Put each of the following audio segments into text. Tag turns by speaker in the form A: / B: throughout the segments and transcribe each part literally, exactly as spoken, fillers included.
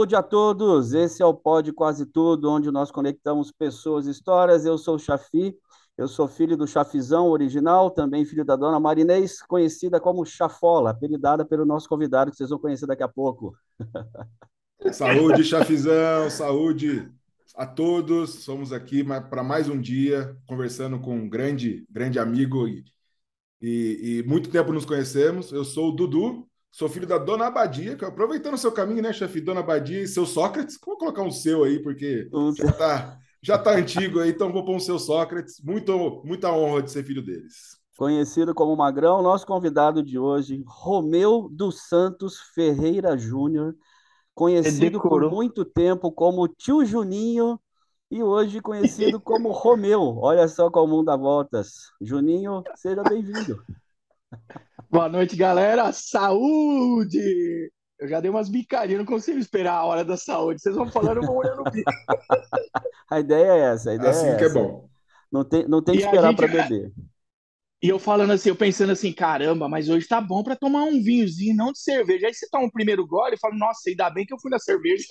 A: Saúde a todos! Esse é o Pode Quase Tudo, onde nós conectamos pessoas e histórias. Eu sou o Chafi, eu sou filho do Chafizão original, também filho da dona Marinês, conhecida como Chafola, apelidada pelo nosso convidado, que vocês vão conhecer daqui a pouco.
B: Saúde, Chafizão, saúde a todos. Somos aqui para mais um dia conversando com um grande, grande amigo e, e, e muito tempo nos conhecemos. Eu sou o Dudu, sou filho da Dona Abadia, que aproveitando o seu caminho, né, chefe? Dona Abadia e seu Sócrates. Vou colocar um seu aí, porque já tá, já tá antigo aí, então vou pôr um seu Sócrates. Muito, muita honra de ser filho deles.
A: Conhecido como Magrão, nosso convidado de hoje, Romeu dos Santos Ferreira Júnior,
C: Você
A: conhecido por
C: decorou.
A: muito tempo como Tio Juninho e hoje conhecido como Romeu. Olha só como o mundo dá voltas. Juninho, seja bem-vindo.
C: Boa noite, galera. Saúde! Eu já dei umas bicadinhas, não consigo esperar a hora da saúde. Vocês vão falando, eu vou olhando o bico.
A: A ideia é essa, a ideia
B: Assim
A: é
B: que é
A: essa.
B: bom.
A: Não tem, não tem que
C: E a
A: esperar
C: gente.
A: para beber.
C: E eu falando assim, eu pensando assim, caramba, mas hoje tá bom pra tomar um vinhozinho, não de cerveja. Aí você toma o primeiro gole e fala, nossa, ainda bem que eu fui na cerveja.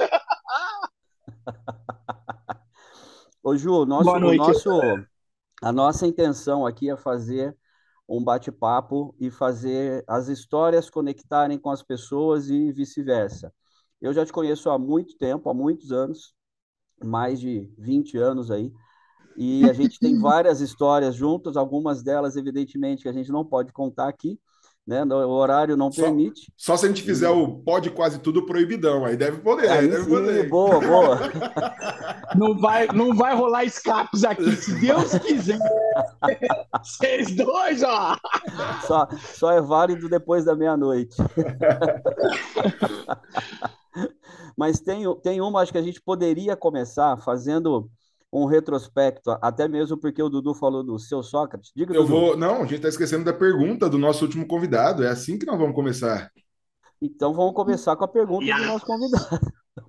A: Ô, Ju, o nosso,
C: Boa
A: o
C: noite.
A: nosso, a nossa intenção aqui é fazer um bate-papo e fazer as histórias conectarem com as pessoas e vice-versa. Eu já te conheço há muito tempo, há muitos anos, mais de vinte anos aí, e a gente tem várias histórias juntas, algumas delas, evidentemente, que a gente não pode contar aqui, né? O horário não
B: Só,
A: permite.
B: só se a gente fizer
A: E
B: o pode quase tudo proibidão, aí deve poder, aí
A: aí
B: deve
A: sim,
B: poder.
A: boa, boa.
C: Não vai, não vai rolar escapes aqui, se Deus quiser. Vocês dois, ó.
A: Só, só é válido depois da meia-noite. Mas tem, tem uma, acho que a gente poderia começar fazendo um retrospecto, até mesmo porque o Dudu falou do seu Sócrates. Diga,
B: Eu
A: Dudu.
B: vou. Não, a gente está esquecendo da pergunta do nosso último convidado. É assim que nós vamos começar.
A: Então vamos começar com a pergunta do
C: Já,
A: nosso convidado.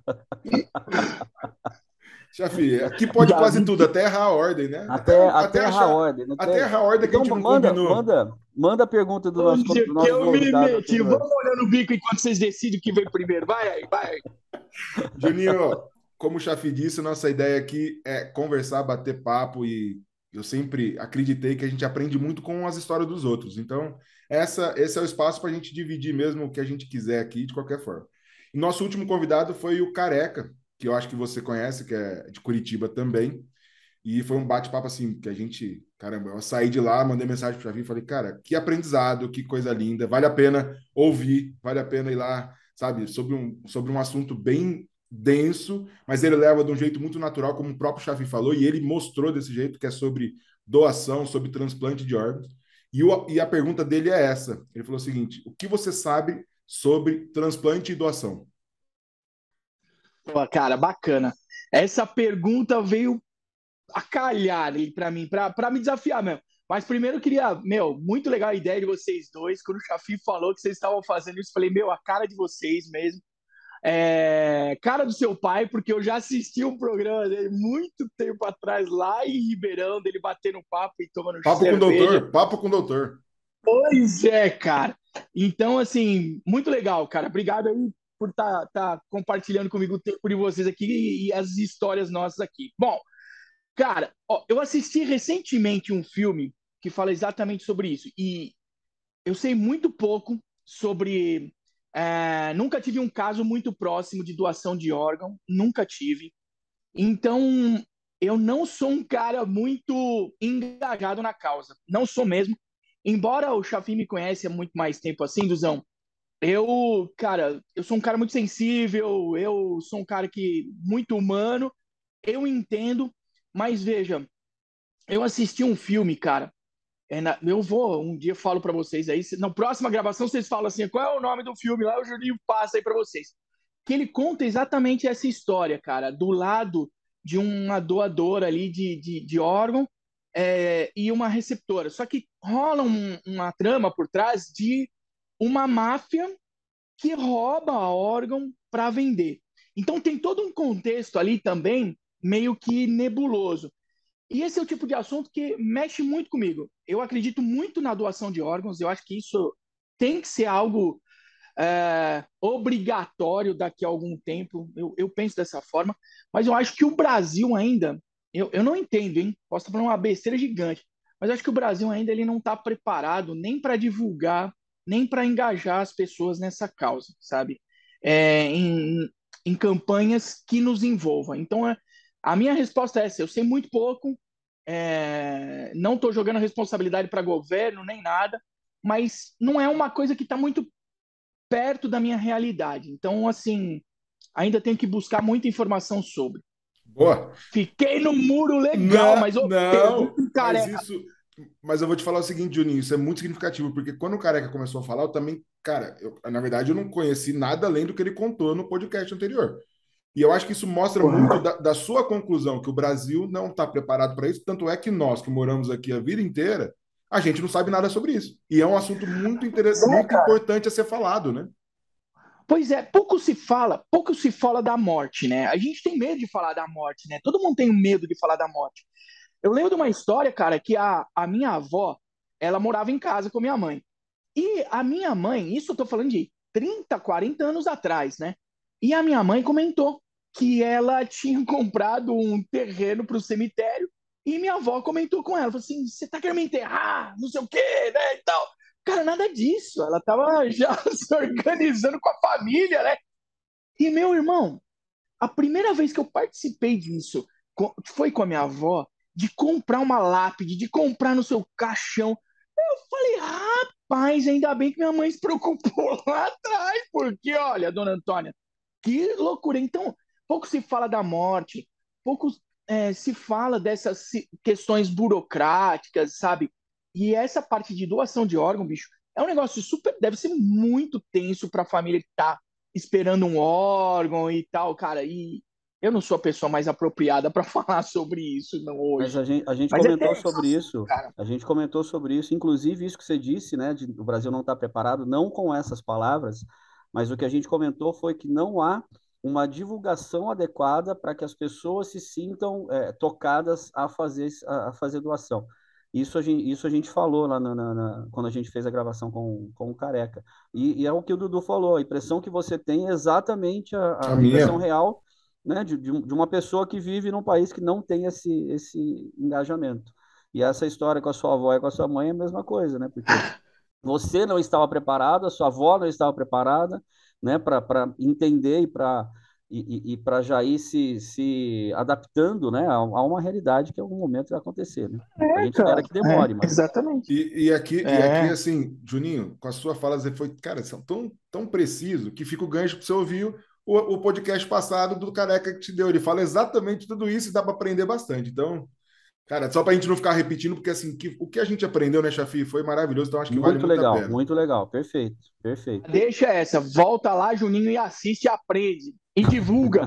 B: Chefe, aqui pode
C: já
B: quase
C: vi
B: tudo,
C: que.
B: até errar a ordem, né? Até,
A: Até,
B: até
A: até errar a
B: achar.
A: ordem, não
B: Até
A: tem?
B: errar a ordem que a
A: Então
B: gente não
A: manda,
B: combinou.
A: manda, manda a pergunta do nosso,
C: Onde
A: do
C: que
A: nosso
C: eu me
A: convidado
C: meti?
A: anterior.
C: Vamos olhando o bico enquanto vocês decidem o que vem primeiro. Vai aí, vai aí.
B: Juninho, como o Chafi disse, nossa ideia aqui é conversar, bater papo e eu sempre acreditei que a gente aprende muito com as histórias dos outros. Então, essa, esse é o espaço para a gente dividir mesmo o que a gente quiser aqui, de qualquer forma. E nosso último convidado foi o Careca, que eu acho que você conhece, que é de Curitiba também. E foi um bate-papo assim, que a gente, caramba, eu saí de lá, mandei mensagem para o Chavi e falei, cara, que aprendizado, que coisa linda, vale a pena ouvir, vale a pena ir lá, sabe, sobre um, sobre um assunto bem denso, mas ele leva de um jeito muito natural, como o próprio Chafi falou, e ele mostrou desse jeito, que é sobre doação, sobre transplante de órgãos. E, o, e a pergunta dele é essa: ele falou o seguinte, o que você sabe sobre transplante e doação?
C: Pô, cara, bacana. Essa pergunta veio a calhar ali para mim, para me desafiar mesmo. Mas primeiro eu queria, meu, muito legal a ideia de vocês dois. Quando o Chafi falou que vocês estavam fazendo isso, eu falei, meu, a cara de vocês mesmo. É, cara do seu pai, porque eu já assisti um programa dele muito tempo atrás, lá em Ribeirão, dele batendo papo e tomando
B: Papo com o
C: cerveja.
B: doutor, papo com o doutor.
C: Pois é, cara. Então, assim, muito legal, cara. Obrigado aí por estar tá, tá compartilhando comigo o tempo de vocês aqui e, e as histórias nossas aqui. Bom, cara, ó, eu assisti recentemente um filme que fala exatamente sobre isso. E eu sei muito pouco sobre. É, nunca tive um caso muito próximo de doação de órgão, nunca tive. Então, eu não sou um cara muito engajado na causa. Não sou mesmo. Embora o Chafi me conhece há muito mais tempo assim, Duzão, eu, cara, eu sou um cara muito sensível, eu sou um cara que muito humano, eu entendo, mas veja, eu assisti um filme, cara. É na- eu vou, um dia eu falo pra vocês aí. se- Na próxima gravação, vocês falam assim: qual é o nome do filme lá? O Juninho passa aí pra vocês. Que ele conta exatamente essa história, cara, do lado de uma doadora ali de, de, de órgão é, e uma receptora. Só que rola um- uma trama por trás de uma máfia que rouba órgão para vender. Então tem todo um contexto ali também meio que nebuloso. E esse é o tipo de assunto que mexe muito comigo. Eu acredito muito na doação de órgãos, eu acho que isso tem que ser algo. é, obrigatório daqui a algum tempo. Eu, eu penso dessa forma, mas eu acho que o Brasil ainda, eu, eu não entendo, hein? Posso estar falando uma besteira gigante, mas eu acho que o Brasil ainda ele não está preparado nem para divulgar, nem para engajar as pessoas nessa causa, sabe? É, em, em campanhas que nos envolvam. Então, é, a minha resposta é essa: eu sei muito pouco, é, não estou jogando responsabilidade para governo nem nada, mas não é uma coisa que está muito perto da minha realidade. Então, assim, ainda tenho que buscar muita informação sobre.
B: Boa.
C: Fiquei no muro legal,
B: Não,
C: mas ô,
B: não,
C: pergunta
B: mas
C: careca.
B: isso. Mas eu vou te falar o seguinte, Juninho, isso é muito significativo, porque quando o Careca começou a falar, eu também, cara, eu, na verdade, eu não conheci nada além do que ele contou no podcast anterior. E eu acho que isso mostra muito da, da sua conclusão, que o Brasil não está preparado para isso, tanto é que nós, que moramos aqui a vida inteira, a gente não sabe nada sobre isso. E é um assunto muito, inter...
C: É,
B: muito
C: cara.
B: importante a ser falado, né?
C: Pois é, pouco se fala, pouco se fala da morte, né? A gente tem medo de falar da morte, né? Todo mundo tem medo de falar da morte. Eu lembro de uma história, cara, que a, a minha avó, ela morava em casa com minha mãe. E a minha mãe, isso eu tô falando de trinta, quarenta anos atrás, né? E a minha mãe comentou que ela tinha comprado um terreno para o cemitério e minha avó comentou com ela, falou assim, você tá querendo me enterrar? Não sei o quê, né, e tal. Cara, nada disso. Ela tava já se organizando com a família, né? E meu irmão, a primeira vez que eu participei disso foi com a minha avó, de comprar uma lápide, de comprar no seu caixão. Eu falei, rapaz, ainda bem que minha mãe se preocupou lá atrás, porque, olha, dona Antônia, que loucura. Então, pouco se fala da morte, pouco é, se fala dessas questões burocráticas, sabe? E essa parte de doação de órgão, bicho, é um negócio super, deve ser muito tenso para a família que tá esperando um órgão e tal, cara. E eu não sou a pessoa mais apropriada para falar sobre isso não
A: Mas
C: hoje.
A: a gente, a gente
C: Mas é
A: comentou
C: tenso,
A: sobre isso,
C: cara.
A: a gente comentou sobre isso, inclusive isso que você disse, né, de o Brasil não estar preparado, não com essas palavras, mas o que a gente comentou foi que não há uma divulgação adequada para que as pessoas se sintam é, tocadas a fazer, a, a fazer doação. Isso a gente, isso a gente falou lá na, na, na, quando a gente fez a gravação com, com o Careca. E, e é o que o Dudu falou, a impressão que você tem é exatamente
B: A
A: a, a impressão
B: minha.
A: real, né, de, de uma pessoa que vive num país que não tem esse, esse engajamento. E essa história com a sua avó e com a sua mãe é a mesma coisa, né? Porque você não estava preparado, a sua avó não estava preparada, né, para entender e para e, e, e para já ir se, se adaptando, né, a, a uma realidade que em algum momento vai acontecer, né? A
C: É,
A: gente espera
C: cara.
A: que demore,
C: É,
A: mas
C: exatamente.
B: E, e aqui, e aqui,
C: É.
B: assim, Juninho, com a sua fala, você foi, cara, são tão, tão preciso que fica o gancho para você ouvir o, o podcast passado do Careca que te deu. Ele fala exatamente tudo isso e dá para aprender bastante. Então, cara, só para a gente não ficar repetindo, porque assim, que, o que a gente aprendeu, né, Chafi, foi maravilhoso, então acho que vale
A: muito
B: muito a
A: legal,
B: pena.
A: muito legal, perfeito, perfeito.
C: Deixa essa, volta lá, Juninho, e assiste e aprende. E divulga.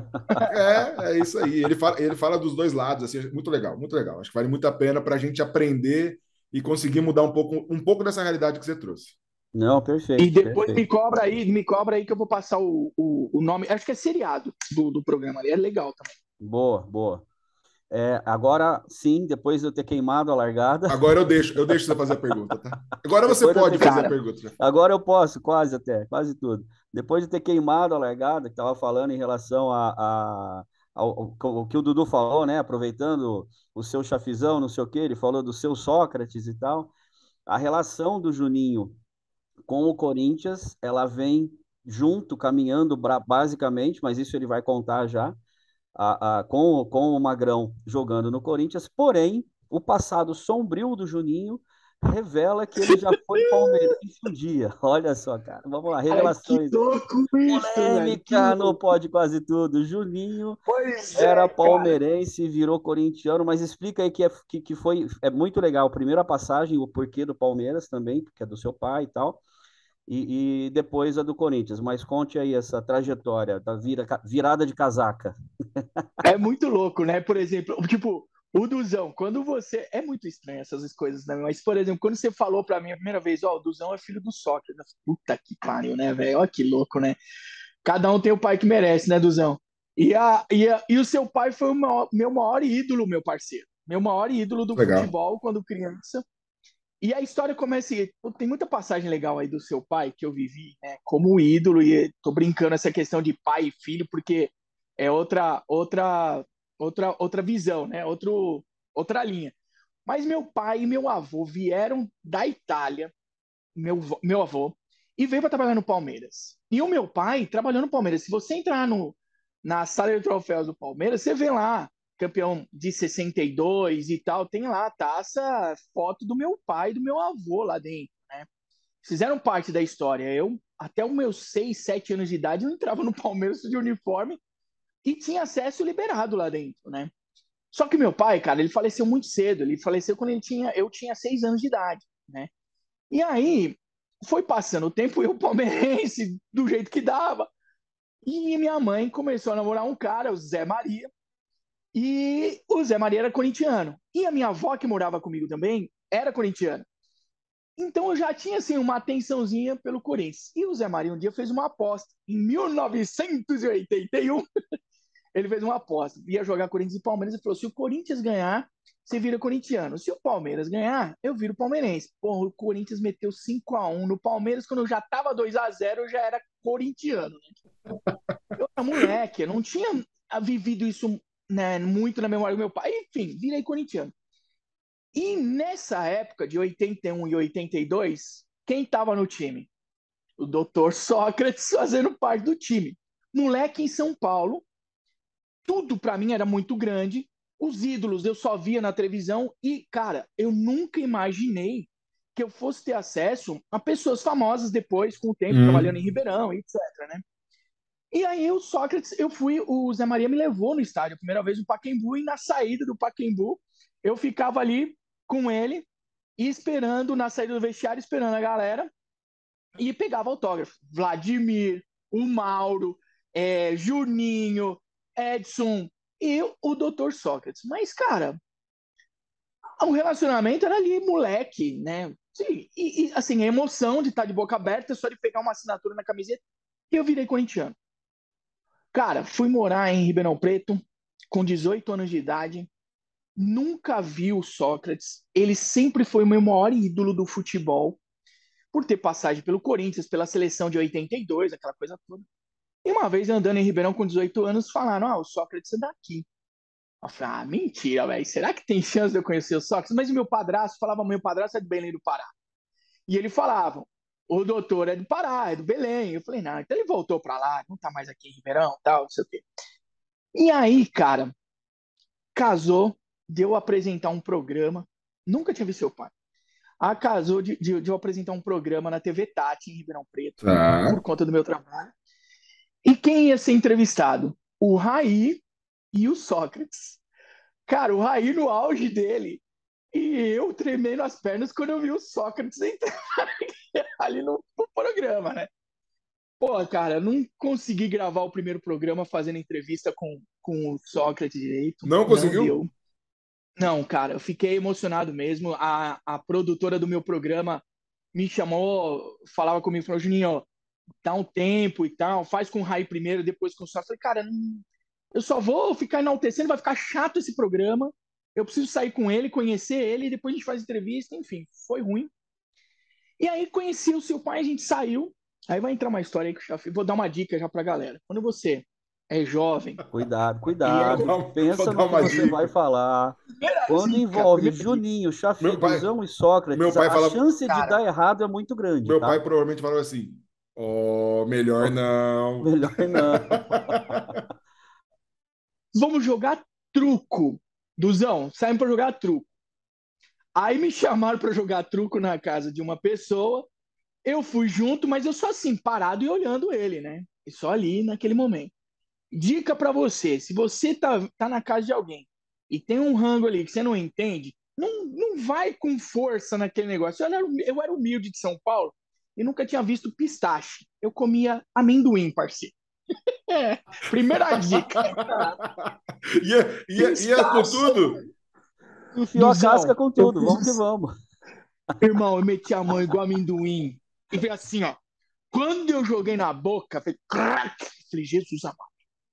B: É, é isso aí. Ele fala, ele fala dos dois lados, assim, muito legal, muito legal. Acho que vale muito a pena para a gente aprender e conseguir mudar um pouco, um pouco dessa realidade que você trouxe.
A: Não,
C: E
A: perfeito,
C: depois me
A: perfeito.
C: cobra aí, me cobra aí que eu vou passar o, o, o nome. Acho que é seriado do, do programa ali. É legal também.
A: Boa, boa. É, agora sim, depois de eu ter queimado a largada,
B: Agora eu deixo, eu deixo você fazer a pergunta, tá? Agora você
A: depois de eu
B: pode
A: ter
B: fazer a
C: Cara,
B: pergunta, Chafi.
A: agora eu posso, quase até, quase tudo. Depois de ter queimado a largada, que estava falando em relação a, a- ao, ao- ao que o Dudu falou, né? Aproveitando o seu chafizão, não sei o quê, ele falou do seu Sócrates e tal. A relação do Juninho com o Corinthians, ela vem junto, caminhando bra- basicamente, mas isso ele vai contar já, a, a- com, com o Magrão jogando no Corinthians. Porém, o passado sombrio do Juninho revela que ele já foi palmeirense um dia. Olha só, cara. Vamos lá,
C: cara, que
A: revelações aqui.
C: louco isso, velho. Que
A: Polêmica no
C: louco.
A: Pode Quase Tudo. Juninho
C: Pois
A: era
C: é, cara.
A: palmeirense e virou corintiano, mas explica aí que, é, que, que foi é muito legal. Primeiro a passagem, o porquê do Palmeiras também, porque é do seu pai e tal, e, e depois a do Corinthians. Mas conte aí essa trajetória da vira, virada de casaca.
C: É muito louco, né? Por exemplo, tipo, o Duzão, quando você. É muito estranho essas coisas, né? Mas, por exemplo, quando você falou pra mim a primeira vez, ó, o Duzão é filho do Sócrates. Puta que pariu, né, velho? Ó, que louco, né? Cada um tem o pai que merece, né, Duzão? E, a, e, a, e o seu pai foi o maior, meu maior ídolo, meu parceiro. Meu maior ídolo do
B: Legal.
C: futebol quando criança. E a história começa assim, pô, tem muita passagem legal aí do seu pai que eu vivi, né, como ídolo, e tô brincando essa questão de pai e filho, porque é outra, outra, outra, outra visão, né, outro, outra linha. Mas meu pai e meu avô vieram da Itália, meu, vô- meu avô, e veio para trabalhar no Palmeiras. E o meu pai trabalhou no Palmeiras. Se você entrar no, na sala de troféus do Palmeiras, você vê lá, campeão de sessenta e dois e tal, tem lá a taça, foto do meu pai e do meu avô lá dentro, né? Fizeram parte da história. Eu, até os meus seis, sete anos de idade, eu entrava no Palmeiras de uniforme e tinha acesso liberado lá dentro, né? Só que meu pai, cara, ele faleceu muito cedo. Ele faleceu quando ele tinha, eu tinha seis anos de idade, né? E aí foi passando o tempo, eu palmeirense, do jeito que dava. E minha mãe começou a namorar um cara, o Zé Maria, e o Zé Maria era corintiano. E a minha avó, que morava comigo também, era corintiana. Então eu já tinha assim uma atençãozinha pelo Corinthians. E o Zé Maria um dia fez uma aposta. Em mil novecentos e oitenta e um, ele fez uma aposta. Ia jogar Corinthians e Palmeiras e falou: se o Corinthians ganhar, você vira corintiano. Se o Palmeiras ganhar, eu viro palmeirense. Porra, o Corinthians meteu cinco a um no Palmeiras, quando eu já tava dois a zero, eu já era corintiano, né? Eu era moleque, eu não tinha vivido isso, né, muito na memória do meu pai. Enfim, virei corintiano. E nessa época de oitenta e um e oitenta e dois, quem estava no time? O doutor Sócrates fazendo parte do time. Moleque em São Paulo, tudo para mim era muito grande. Os ídolos eu só via na televisão e, cara, eu nunca imaginei que eu fosse ter acesso a pessoas famosas depois, com o tempo, trabalhando em
B: Hum.
C: Ribeirão, etcétera, né? E aí o Sócrates, eu fui, o Zé Maria me levou no estádio, a primeira vez no Pacaembu, e na saída do Pacaembu, eu ficava ali com ele, e esperando, na saída do vestiário, esperando a galera, e pegava autógrafo. Vladimir, o Mauro, é, Juninho, Edson e o doutor Sócrates. Mas, cara, o relacionamento era ali, moleque, né? Sim, e, e, assim, a emoção de estar de boca aberta, só de pegar uma assinatura na camiseta, e eu virei corintiano. Cara, fui morar em Ribeirão Preto com dezoito anos de idade, nunca vi o Sócrates, ele sempre foi o meu maior ídolo do futebol, por ter passagem pelo Corinthians, pela seleção de oitenta e dois, aquela coisa toda. E uma vez andando em Ribeirão com dezoito anos, falaram: ah, o Sócrates é daqui. Eu falei: ah, mentira, velho. Será que tem chance de eu conhecer o Sócrates? Mas o meu padrasto falava: meu padrasto é de Belém do Pará. E ele falava: o doutor é do Pará, é do Belém. Eu falei: não, então ele voltou pra lá, não tá mais aqui em Ribeirão, tal, não sei o quê. E aí, cara, casou, deu apresentar um programa. Nunca tinha visto seu pai. Acasou de, de, de eu apresentar um programa na T V Tati, em Ribeirão Preto, por
B: Tá.
C: conta do meu trabalho. E quem ia ser entrevistado? O Raí e o Sócrates. Cara, o Raí no auge dele. E eu tremendo as pernas quando eu vi o Sócrates entrar ali no, no programa, né? Pô, cara, não consegui gravar o primeiro programa fazendo entrevista com, com o Sócrates direito.
B: Não
C: Não
B: conseguiu?
C: deu. Não, cara, eu fiquei emocionado mesmo. A, a produtora do meu programa me chamou, falava comigo, falou: Juninho, dá um tempo e tal, faz com o Raí primeiro, depois com o Sócrates. Eu falei: cara, não, eu só vou ficar enaltecendo, vai ficar chato esse programa. Eu preciso sair com ele, conhecer ele, e depois a gente faz entrevista. Enfim, foi ruim. E aí conheci o seu pai, a gente saiu. Aí vai entrar uma história aí que eu já vou dar uma dica já pra galera. Quando você é jovem
A: Cuidado,
C: e é
B: Vou
A: cuidado.
B: dar, um- vou
A: Pensa
B: dar
A: no que
B: uma
A: você vai
B: dica.
A: falar.
C: primeira
A: Quando
C: dica,
A: envolve
C: primeira dica.
A: Juninho,
B: Meu pai,
A: Chafiduzão e
B: meu
A: Sócrates,
B: pai
A: a a
B: falava,
A: chance de
C: Cara,
A: dar errado é muito grande,
B: meu pai
A: tá?
B: provavelmente falava assim: ó, melhor não.
A: Melhor não.
C: vamos jogar truco. Duzão, saímos pra jogar truco. Aí me chamaram pra jogar truco na casa de uma pessoa. Eu fui junto, mas eu só assim, parado e olhando ele, né? E só ali naquele momento. Dica pra você: se você tá, tá na casa de alguém e tem um rango ali que você não entende, não, não vai com força naquele negócio. Eu era, eu era humilde de São Paulo e nunca tinha visto pistache. Eu comia amendoim, parceiro. É, primeira dica.
B: Ia, ia, ia com
C: Pistache.
B: tudo?
A: Enfiou a casca
C: Duzão,
A: com
C: eu
A: tudo.
C: fiz
A: Vamos que
C: isso.
A: vamos.
C: Irmão, eu meti a mão igual amendoim. E veio assim, ó. Quando eu joguei na boca, falei, crack! Falei: Jesus amado.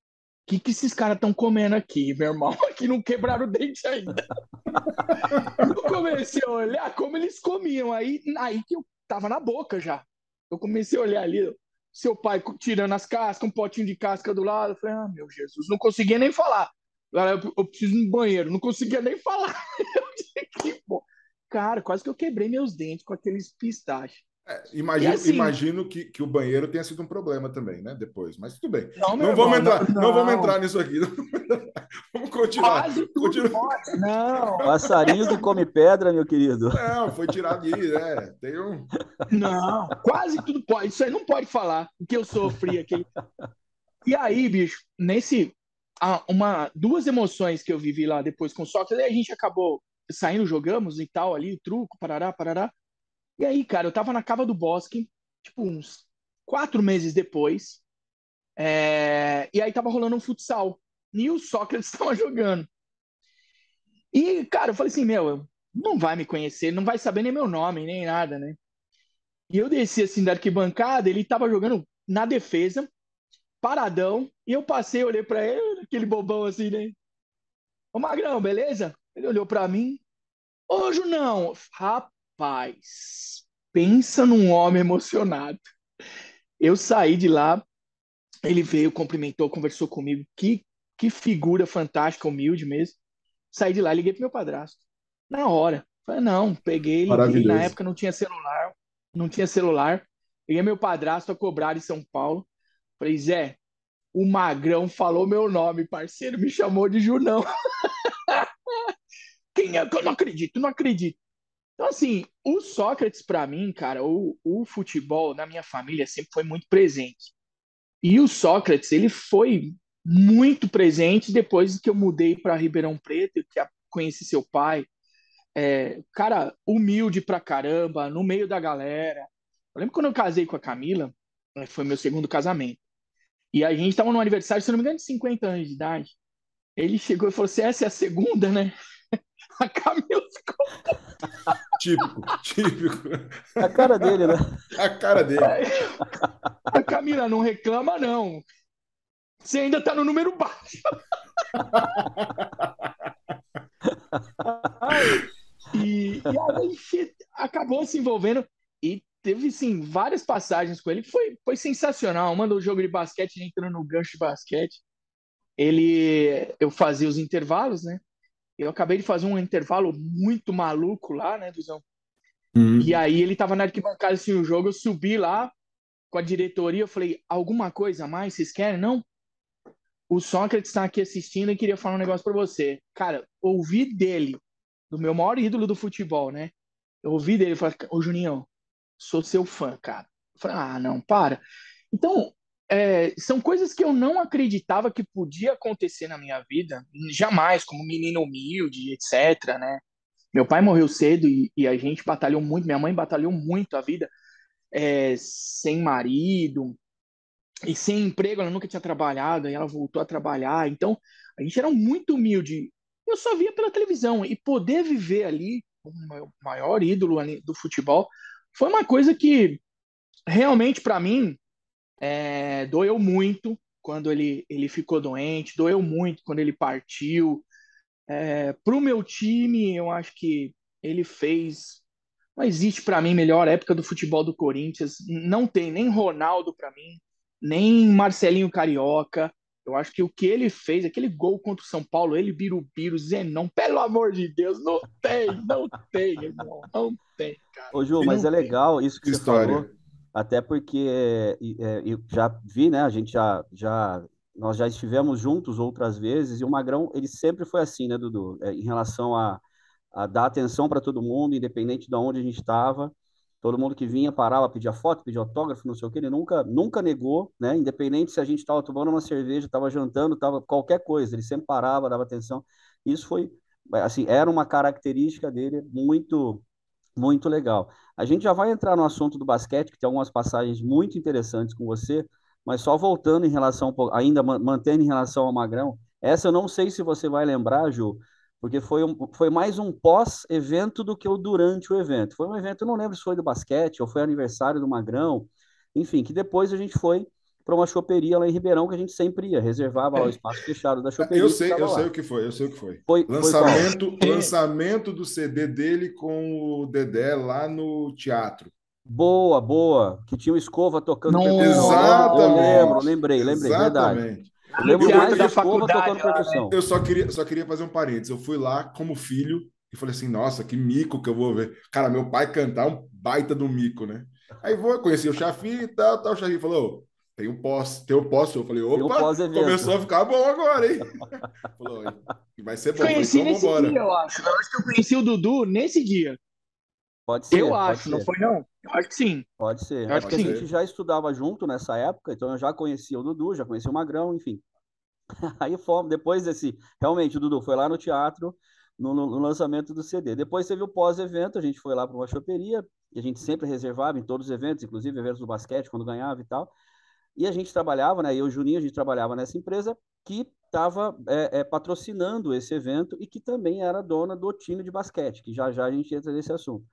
C: que, que esses caras estão comendo aqui, meu irmão? Que não quebraram o dente ainda. Eu comecei a olhar como eles comiam. Aí, aí que eu tava na boca já. Eu comecei a olhar ali, seu pai tirando as cascas, um potinho de casca do lado. Eu falei, ah, meu Jesus, não conseguia nem falar. Eu, eu preciso ir no banheiro, não conseguia nem falar. Eu disse, que bom. Cara, quase que eu quebrei meus dentes com aqueles pistachos.
B: É,
C: E
B: imagino,
C: assim,
B: imagino que, que o banheiro tenha sido um problema também, né? Depois, mas tudo bem.
C: não, meu
B: Não vamos
C: irmão, não,
B: entrar, não vamos
C: não,
B: entrar nisso aqui. Vamos continuar.
C: quase tudo
B: Continua.
C: pode. Não,
A: Passarinho que come pedra, meu querido.
B: Não, foi tirado de, né? Tem um.
C: não, quase tudo pode. Isso aí não pode falar o que eu sofri aqui. E aí, bicho, nesse. ah, Uma, duas emoções que eu vivi lá depois com o Sócrates, aí a gente acabou saindo, jogamos e tal, ali, o truco, parará, parará. E aí, cara, eu tava na Cava do Bosque, tipo, uns quatro meses depois, é, e aí tava rolando um futsal. E o Sócrates tava jogando. E, cara, eu falei assim, meu, não vai me conhecer, não vai saber nem meu nome, nem nada, né? E eu desci assim da arquibancada, ele tava jogando na defesa, paradão, e eu passei, olhei pra ele, aquele bobão assim, né? Ô Magrão, beleza? Ele olhou pra mim. Ô, Junão, rapaz, pensa num homem emocionado. Eu saí de lá, ele veio, cumprimentou, conversou comigo. Que, que figura fantástica, humilde mesmo. Saí de lá, liguei pro meu padrasto. Na hora. Falei, não, peguei, liguei. Na
B: Maravilhoso.
C: época não tinha celular, não tinha celular. Peguei meu padrasto a cobrar em São Paulo. Falei, Zé, o Magrão falou meu nome, parceiro, me chamou de Junão. Quem é que eu não acredito? Não acredito. Então, assim, o Sócrates, para mim, cara, o, o futebol na minha família sempre foi muito presente. E o Sócrates, ele foi muito presente depois que eu mudei para Ribeirão Preto, que conheci seu pai. É, cara, humilde pra caramba, no meio da galera. Eu lembro quando eu casei com a Camila, né, foi meu segundo casamento. E a gente tava no aniversário, se não me engano, de cinquenta anos de idade. Ele chegou e falou assim: essa é a segunda, né? A Camila ficou.
B: Típico, típico.
A: A cara dele, né?
B: A cara dele.
C: A Camila não reclama, não. Você ainda tá no número baixo. E, e aí a gente acabou se envolvendo e teve, sim, várias passagens com ele que foi, foi sensacional. Uma do jogo de basquete, a gente entrando no gancho de basquete. Ele, eu fazia os intervalos, né? Eu acabei de fazer um intervalo muito maluco lá, né, Duzão? E
B: Hum.
C: aí ele tava na arquibancada assim, o jogo, eu subi lá com a diretoria, eu falei, alguma coisa a mais vocês querem? Não? O Sócrates está aqui assistindo e queria falar um negócio para você. Cara, ouvi dele, do meu maior ídolo do futebol, né? Eu ouvi dele, falei, ô Juninho, sou seu fã, cara. Eu falei, ah, não, para. Então, é, são coisas que eu não acreditava que podia acontecer na minha vida, jamais, como menino humilde, etc, né? Meu pai morreu cedo e, e a gente batalhou muito, minha mãe batalhou muito a vida, é, sem marido e sem emprego, ela nunca tinha trabalhado, aí ela voltou a trabalhar, então a gente era muito humilde. Eu só via pela televisão e poder viver ali, o meu maior ídolo ali do futebol, foi uma coisa que realmente para mim é, doeu muito quando ele, ele ficou doente, doeu muito quando ele partiu. É, para o meu time, eu acho que ele fez. Não existe para mim melhor época do futebol do Corinthians. Não tem nem Ronaldo para mim, nem Marcelinho Carioca. Eu acho que o que ele fez, aquele gol contra o São Paulo, ele, Birubiru, Zenão, pelo amor de Deus, não tem, não tem, irmão, não tem, cara.
A: Ô, Ju, mas
C: Não
A: é
C: tem.
A: legal isso que você falou,
B: História.
A: até porque é, eu já vi, né? A gente já, já, nós já estivemos juntos outras vezes e o Magrão, ele sempre foi assim, né, Dudu? É, em relação a, a dar atenção para todo mundo, independente de onde a gente estava. Todo mundo que vinha parava, pedia foto, pedia autógrafo, não sei o que, ele nunca, nunca negou, né? Independente se a gente estava tomando uma cerveja, estava jantando, estava qualquer coisa, ele sempre parava, dava atenção. Isso foi, assim, era uma característica dele muito muito legal. A gente já vai entrar no assunto do basquete, que tem algumas passagens muito interessantes com você, mas só voltando em relação, ainda mantendo em relação ao Magrão, essa eu não sei se você vai lembrar, Ju, porque foi, um, foi mais um pós-evento do que o durante o evento. Foi um evento, eu não lembro se foi do basquete ou foi aniversário do Magrão, enfim, que depois a gente foi para uma choperia lá em Ribeirão, que a gente sempre ia, reservava lá o espaço fechado da choperia
B: Eu
A: e
B: sei,
A: ficava
B: eu sei
A: lá.
B: o que foi, eu sei o que foi.
A: Foi, foi qual?
B: Lançamento, lançamento do C D dele com o Dedé lá no teatro.
A: Boa, boa. Que tinha o Escova tocando percussão. Eu lembro, eu lembro,
B: Exatamente,
A: lembrei, lembrei, verdade.
B: exatamente.
A: Eu
C: lá no
A: lembro
B: Eu,
A: mais
C: teatro
A: do
C: da
B: eu,
A: Escova
C: faculdade,
A: tocando
C: lá, né?
A: percussão.
B: eu só queria, só queria fazer um parênteses. Eu fui lá como filho e falei assim, nossa, que mico que eu vou ver. Cara, meu pai cantar um baita do mico, né? Aí vou, conheci o Chafi e tal, tal. O Chafi falou, tem um pós, tem um pós. Eu falei,
A: Tem um
B: opa,
A: pós-evento.
B: começou a ficar bom agora, hein? Falou, vai ser bom. Eu falei,
C: Conheci
B: então
C: nesse dia,
B: vambora.
C: eu acho. Eu acho que eu conheci o Dudu nesse dia.
A: Pode
C: Eu
A: ser, pode
C: acho, não
A: ser,
C: foi não? Eu acho que sim.
A: pode ser.
C: Eu acho
A: Acho
C: que
A: que a
B: Pode
C: sim.
A: gente
B: ser.
A: já estudava junto nessa época, então eu já conhecia o Dudu, já conhecia o Magrão, enfim. Aí fomos, depois desse, realmente, o Dudu foi lá no teatro, no, no- no lançamento do C D. Depois teve o pós-evento, a gente foi lá para uma choperia, e a gente sempre reservava em todos os eventos, inclusive eventos do basquete, quando ganhava e tal. E a gente trabalhava, né? Eu e o Juninho, a gente trabalhava nessa empresa que estava é, é, patrocinando esse evento e que também era dona do time de basquete, que já já a gente entra nesse assunto.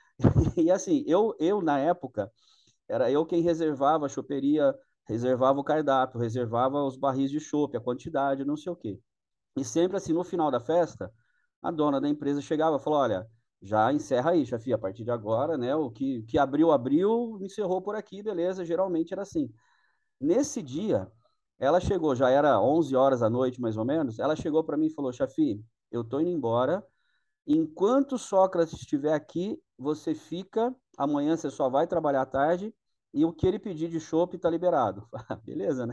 A: E assim, eu, eu na época, era eu quem reservava a choperia, reservava o cardápio, reservava os barris de chopp, a quantidade, não sei o quê. E sempre assim, no final da festa, a dona da empresa chegava e falou: olha, já encerra aí, chefe, a partir de agora, né? O que, que abriu, abriu, encerrou por aqui, beleza. Geralmente era assim. Nesse dia, ela chegou, já era onze horas da noite, mais ou menos. Ela chegou para mim e falou: chefe, eu tô indo embora. Enquanto Sócrates estiver aqui, você fica. Amanhã você só vai trabalhar à tarde. E o que ele pedir de chopp está liberado. Beleza, né?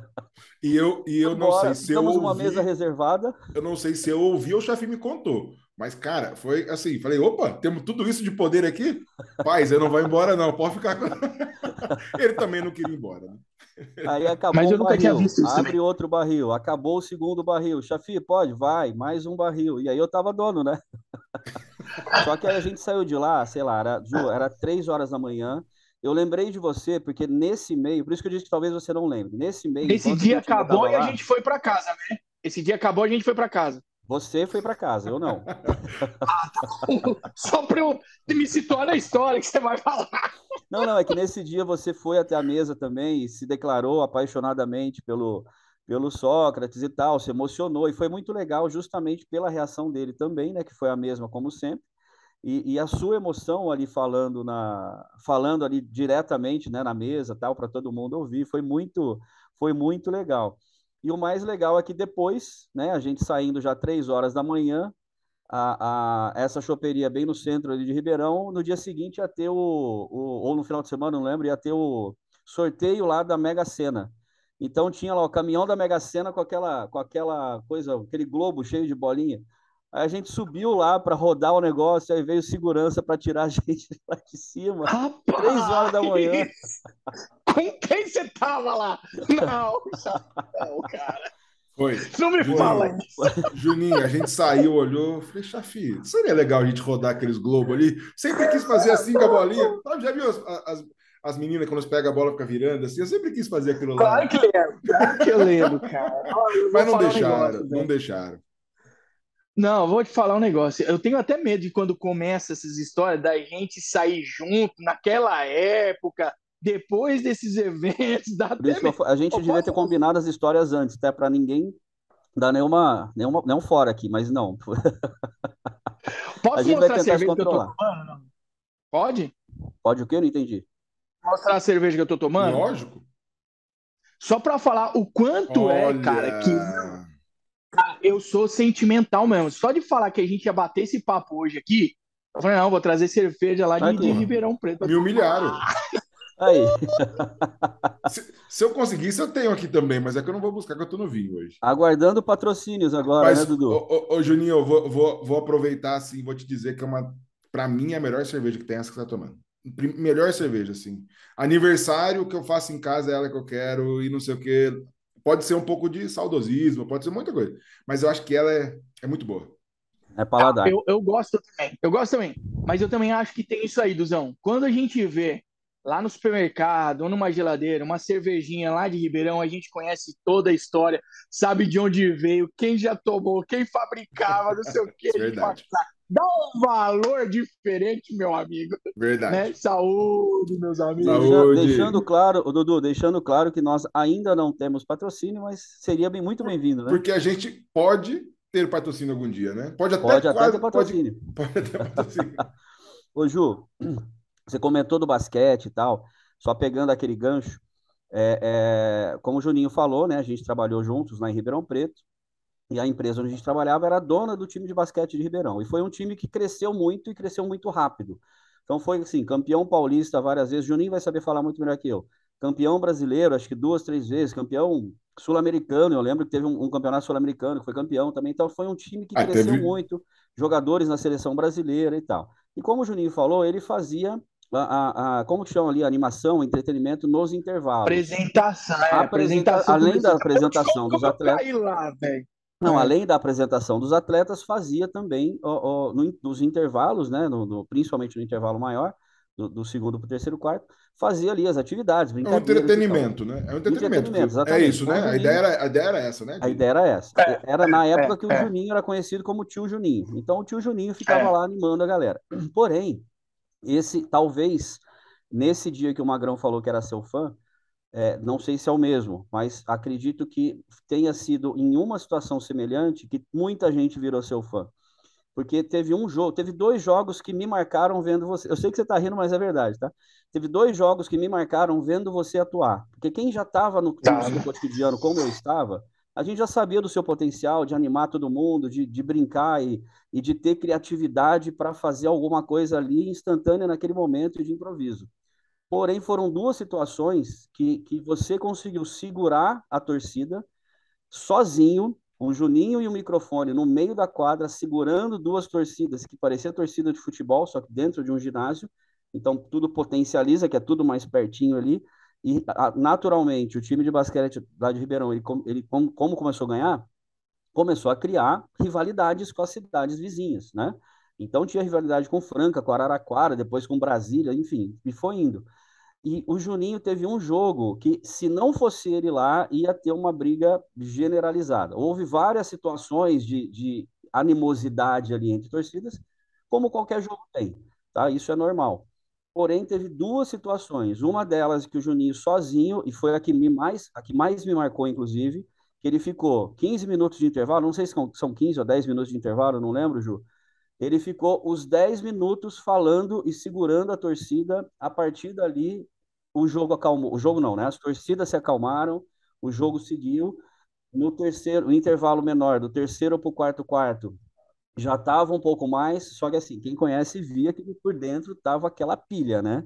B: E eu, e
A: Foi
B: eu não sei
A: embora,
B: se eu
A: ficamos numa mesa
B: ouvi,
A: reservada.
B: eu não sei se eu ouvi ou o chefe me contou. Mas, cara, foi assim, falei, opa, temos tudo isso de poder aqui? Paz, eu não vou embora, não. Pode ficar com. Ele também não queria ir embora, né?
A: Aí
C: Mas
A: acabou
C: eu
A: um
C: nunca tinha
A: barril,
C: visto isso também.
A: abre outro barril, acabou o segundo barril. Chafi, pode? Vai, mais um barril. E aí eu tava dono, né? Só que aí a gente saiu de lá, sei lá, era, Ju, era três horas da manhã. Eu lembrei de você, porque nesse meio, por isso que eu disse que talvez você não lembre. Nesse meio,
C: Esse
A: enquanto a
C: dia
A: gente ainda
C: acabou
A: estava
C: e a
A: lá,
C: gente foi para casa, né? Esse dia acabou e a gente foi para casa.
A: você foi para casa, eu não.
C: Só para eu me situar na história que você vai falar.
A: Não, não, é que nesse dia você foi até a mesa também e se declarou apaixonadamente pelo, pelo Sócrates e tal, se emocionou, e foi muito legal justamente pela reação dele também, né, que foi a mesma como sempre. E, e a sua emoção ali falando na falando ali diretamente, né, na mesa, tal, para todo mundo ouvir, foi muito foi muito legal. E o mais legal é que depois, né, a gente saindo já três horas da manhã, a, a, essa choperia bem no centro ali de Ribeirão, no dia seguinte ia ter o, o ou no final de semana, não lembro, ia ter o sorteio lá da Mega Sena. Então tinha lá o caminhão da Mega Sena com aquela com aquela coisa, aquele globo cheio de bolinha. Aí a gente subiu lá para rodar o negócio, aí veio segurança para tirar a gente lá de cima. Três horas
C: Rapaz!
A: da manhã.
C: Com quem você tava lá? Não, não, cara.
B: Foi.
C: Não me fala
B: Juninho,
C: isso.
B: Juninho, a gente saiu, olhou, falei, Chafi, seria legal a gente rodar aqueles globos ali? Sempre quis fazer assim com a bolinha. Sabe, já viu as, as, as meninas quando eles pegam a bola fica virando assim? Eu sempre quis fazer aquilo lá.
C: Claro que lembro, claro que eu lembro, cara. Ó, eu vou
B: Mas não
C: falar um
B: deixaram,
C: negócio,
B: não
C: velho.
B: deixaram.
C: Não, vou te falar um negócio. Eu tenho até medo de quando começa essas histórias da gente sair junto naquela época, depois desses eventos, dá
A: Por isso
C: até
A: que eu
C: medo.
A: fa- a gente
C: Ô,
A: devia ter
C: posso,
A: combinado as histórias antes, até para ninguém dar nenhuma, nenhuma, nenhum fora aqui, mas não. A
C: posso
A: gente vai
C: mostrar a
A: tentar se
C: cerveja que eu tô
A: controlar.
C: tomando? Não? Pode?
A: Pode o quê? Eu não entendi.
C: Mostrar a cerveja que eu tô tomando?
B: Lógico.
C: Só pra falar o quanto é, cara, que
B: Olha,
C: eu sou sentimental mesmo. Só de falar que a gente ia bater esse papo hoje aqui, eu falei, não, vou trazer cerveja lá de, de
A: Aqui,
B: porra,
C: Ribeirão Preto.
B: me humilharam.
A: aí.
B: Se, se eu conseguisse, eu tenho aqui também, mas é que eu não vou buscar, que eu tô no vinho hoje.
A: Aguardando patrocínios agora, né,
B: Mas, ô,
A: Dudu?
B: ô, ô, Juninho, eu vou, vou, vou aproveitar assim, vou te dizer que é uma, para mim, é a melhor cerveja que tem essa que você tá tomando. Prim- Melhor cerveja, assim. Aniversário que eu faço em casa é ela que eu quero e não sei o quê. Pode ser um pouco de saudosismo, pode ser muita coisa, mas eu acho que ela é, é muito boa.
A: É paladar.
C: Eu, eu gosto também, eu gosto também. Mas eu também acho que tem isso aí, Duzão. Quando a gente vê lá no supermercado ou numa geladeira, uma cervejinha lá de Ribeirão, a gente conhece toda a história, sabe de onde veio, quem já tomou, quem fabricava, não sei o que,
B: Isso é
C: a gente fala,
B: verdade.
C: dá um valor diferente, meu amigo.
B: Verdade.
C: Né? Saúde, meus amigos.
A: Deixa-
B: Saúde.
A: deixando claro, ô, Dudu, deixando claro que nós ainda não temos patrocínio, mas seria bem, muito bem-vindo, né?
B: Porque a gente pode ter patrocínio algum dia, né? Pode até
A: Pode até ter
B: quase, pode,
A: patrocínio.
B: pode até patrocínio.
A: Ô, Ju, você comentou do basquete e tal, só pegando aquele gancho, é, é, como o Juninho falou, né? A gente trabalhou juntos lá em Ribeirão Preto, e a empresa onde a gente trabalhava era dona do time de basquete de Ribeirão. E foi um time que cresceu muito e cresceu muito rápido. Então foi assim, campeão paulista várias vezes, Juninho vai saber falar muito melhor que eu. Campeão brasileiro, acho que duas, três vezes, campeão sul-americano, eu lembro que teve um, um campeonato sul-americano que foi campeão também, então foi um time que
B: Ah,
A: cresceu
B: teve.
A: muito, jogadores na seleção brasileira e tal. E como o Juninho falou, ele fazia a, a, a como que chama ali, animação, entretenimento nos intervalos.
C: Apresentação, é,
A: Apresenta,
C: apresentação
A: além da
C: publicitária.
A: apresentação dos
C: Como eu
A: atletas,
C: caí lá, velho?
A: não,
C: É.
A: além da apresentação dos atletas, fazia também ó, ó, no, nos intervalos, né, no, no, principalmente no intervalo maior, do, do segundo para o terceiro quarto, fazia ali as atividades,
B: É um
A: brincadeiras e tal.
B: entretenimento, né? É um entretenimento.
A: Entretenimento,
B: É
A: exatamente.
B: isso,
A: Então, o
B: né? A ideia
A: Juninho,
B: era, a ideia era essa, né?
A: a
B: De...
A: ideia era essa.
C: É,
A: Era na
C: é,
A: época que o
C: é,
A: Juninho era conhecido como Tio Juninho. Então, o Tio Juninho ficava
C: é.
A: lá animando a galera. Porém, esse, talvez, nesse dia que o Magrão falou que era seu fã, é, não sei se é o mesmo, mas acredito que tenha sido em uma situação semelhante que muita gente virou seu fã. Porque teve um jogo, teve dois jogos que me marcaram vendo você. Eu sei que você está rindo, mas é verdade, tá? Teve dois jogos que me marcaram vendo você atuar. Porque quem já estava no, no seu
C: Tá.
A: cotidiano, como eu estava, a gente já sabia do seu potencial de animar todo mundo, de, de brincar e, e de ter criatividade para fazer alguma coisa ali instantânea naquele momento de improviso. Porém, foram duas situações que, que você conseguiu segurar a torcida sozinho, o Juninho e o microfone no meio da quadra, segurando duas torcidas, que parecia torcida de futebol, só que dentro de um ginásio. Então, tudo potencializa, que é tudo mais pertinho ali. E, a, naturalmente, o time de basquete lá de Ribeirão, ele, ele como, como começou a ganhar, começou a criar rivalidades com as cidades vizinhas, né? Então, tinha rivalidade com Franca, com Araraquara, depois com Brasília, enfim, e foi indo. E o Juninho teve um jogo que, se não fosse ele lá, ia ter uma briga generalizada. Houve várias situações de, de animosidade ali entre torcidas, como qualquer jogo tem, tá? Isso é normal. Porém, teve duas situações. Uma delas que o Juninho sozinho, e foi a que, me mais, a que mais me marcou, inclusive, que ele ficou quinze minutos de intervalo, não sei se são quinze ou dez minutos de intervalo, não lembro, Ju. Ele ficou os dez minutos falando e segurando a torcida. A partir dali, o jogo acalmou. O jogo não, né? As torcidas se acalmaram, o jogo seguiu. No terceiro, no intervalo menor, do terceiro para o quarto quarto, já estava um pouco mais, só que assim, quem conhece via que por dentro estava aquela pilha, né?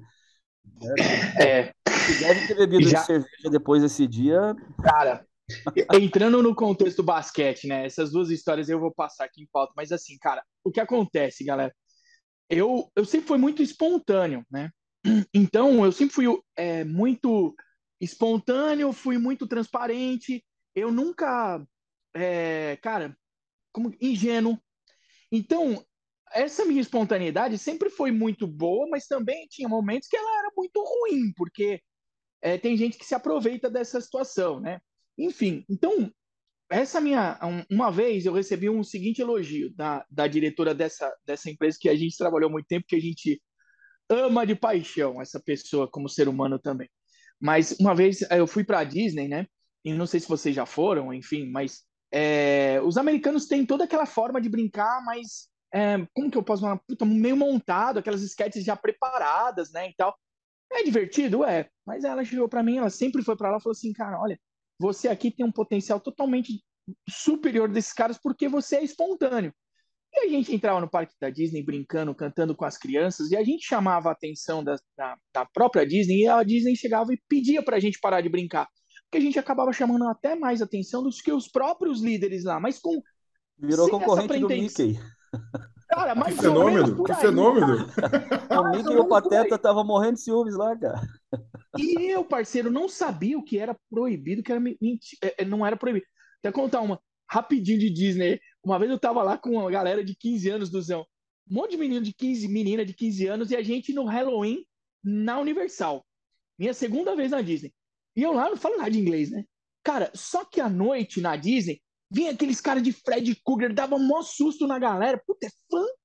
C: É,
A: Que deve ter bebido de
C: já,
A: cerveja depois desse dia.
C: cara, entrando no contexto do basquete, né? Essas duas histórias eu vou passar aqui em pauta, mas assim, cara, o que acontece, galera? Eu, eu sempre fui muito espontâneo, né? Então, eu sempre fui é, muito espontâneo, fui muito transparente. Eu nunca, é, cara, como ingênuo. Então, essa minha espontaneidade sempre foi muito boa, mas também tinha momentos que ela era muito ruim, porque é, tem gente que se aproveita dessa situação, né? Enfim, então, essa minha. Uma vez eu recebi um seguinte elogio da, da diretora dessa, dessa empresa que a gente trabalhou há muito tempo, que a gente ama de paixão essa pessoa como ser humano também. Mas uma vez eu fui para a Disney, né? E não sei se vocês já foram, enfim, mas é, os americanos têm toda aquela forma de brincar, mas é, como que eu posso falar? Puta, meio montado, aquelas sketches já preparadas, né? E tal. É divertido? É. Mas ela chegou para mim, ela sempre foi para lá e falou assim, cara, olha, você aqui tem um potencial totalmente superior desses caras porque você é espontâneo. E a gente entrava no parque da Disney brincando, cantando com as crianças, e a gente chamava a atenção da, da, da própria Disney, e a Disney chegava e pedia para a gente parar de brincar. Porque a gente acabava chamando até mais atenção do que os próprios líderes lá, mas com
A: Virou
C: sem essa
A: concorrente do
C: pretensão.
A: Mickey.
C: Cara,
B: Que
C: mais ou menos
B: fenômeno,
C: por
B: que
C: aí,
B: fenômeno.
A: O
C: mais
A: Mickey
C: ou
A: e o
C: menos por aí.
A: Pateta estavam morrendo de ciúmes lá, cara.
C: E eu, parceiro, não sabia o que era proibido, que era não era proibido. Até contar uma rapidinho de Disney. Uma vez eu tava lá com uma galera de quinze anos do Zão. Um monte de menino de quinze, menina de quinze anos, e a gente no Halloween na Universal. Minha segunda vez na Disney. E eu lá não falo nada de inglês, né? Cara, só que à noite na Disney, vinha aqueles caras de Fred Krueger, dava um maior susto na galera. Puta, é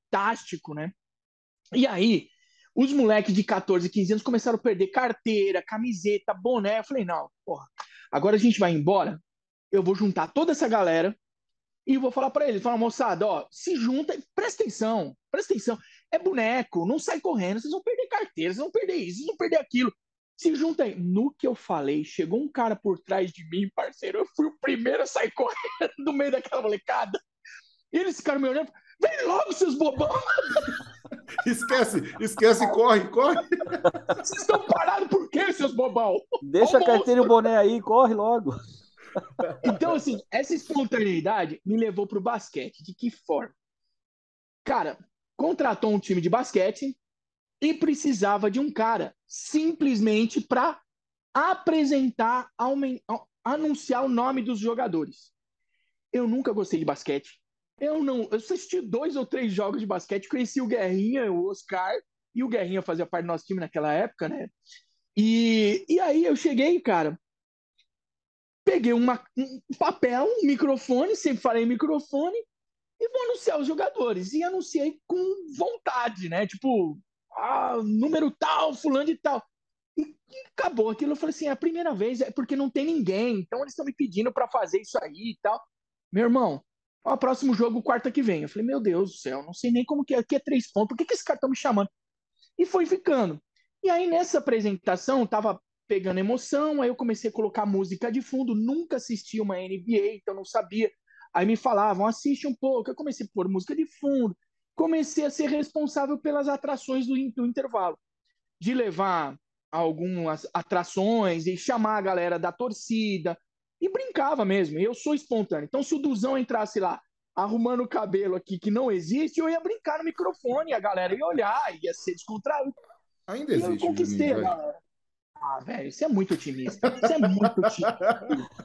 C: fantástico, né? E aí, os moleques de catorze, quinze anos começaram a perder carteira, camiseta, boné. Eu falei, não, porra, agora a gente vai embora, eu vou juntar toda essa galera e vou falar para eles, falar, moçada, ó, se junta, presta atenção, presta atenção, é boneco, não sai correndo, vocês vão perder carteira, vocês vão perder isso, vocês vão perder aquilo. Se junta aí. No que eu falei, chegou um cara por trás de mim, parceiro, eu fui o primeiro a sair correndo no meio daquela molecada. E eles ficaram me olhando, vem logo, seus bobão!
B: Esquece, esquece, corre, corre!
C: Vocês estão parados por quê, seus bobão?
A: Deixa a carteira e o boné aí, corre logo.
C: Então, assim, essa espontaneidade me levou pro basquete. De que forma? Cara, contratou um time de basquete e precisava de um cara simplesmente para apresentar, anunciar o nome dos jogadores. Eu nunca gostei de basquete. Eu não, eu assisti dois ou três jogos de basquete, conheci o Guerrinha, o Oscar, e o Guerrinha fazia parte do nosso time naquela época, né? E, e aí eu cheguei, cara, peguei uma, um papel, um microfone, sempre falei microfone, e vou anunciar os jogadores. E anunciei com vontade, né? Tipo, ah, número tal, fulano de tal. E, e acabou aquilo. Eu falei assim, é a primeira vez, é porque não tem ninguém. Então eles estão me pedindo para fazer isso aí e tal. Meu irmão, ó, próximo jogo, quarta que vem. Eu falei, meu Deus do céu, não sei nem como que é. Aqui é três pontos. Por que, que esse cara tá me chamando? E foi ficando. E aí nessa apresentação, tava pegando emoção. Aí eu comecei a colocar música de fundo. Nunca assisti uma N B A, então não sabia. Aí me falavam, assiste um pouco. Eu comecei a pôr música de fundo. Comecei a ser responsável pelas atrações do, do intervalo. De levar algumas atrações e chamar a galera da torcida. E brincava mesmo. Eu sou espontâneo. Então, se o Duzão entrasse lá arrumando o cabelo aqui que não existe, eu ia brincar no microfone. A galera ia olhar, ia ser descontraído.
B: Ainda
C: E
B: existe,
C: eu conquistei
B: Juninho,
C: a galera. Ah, velho, isso é muito otimista. Isso é muito otimista.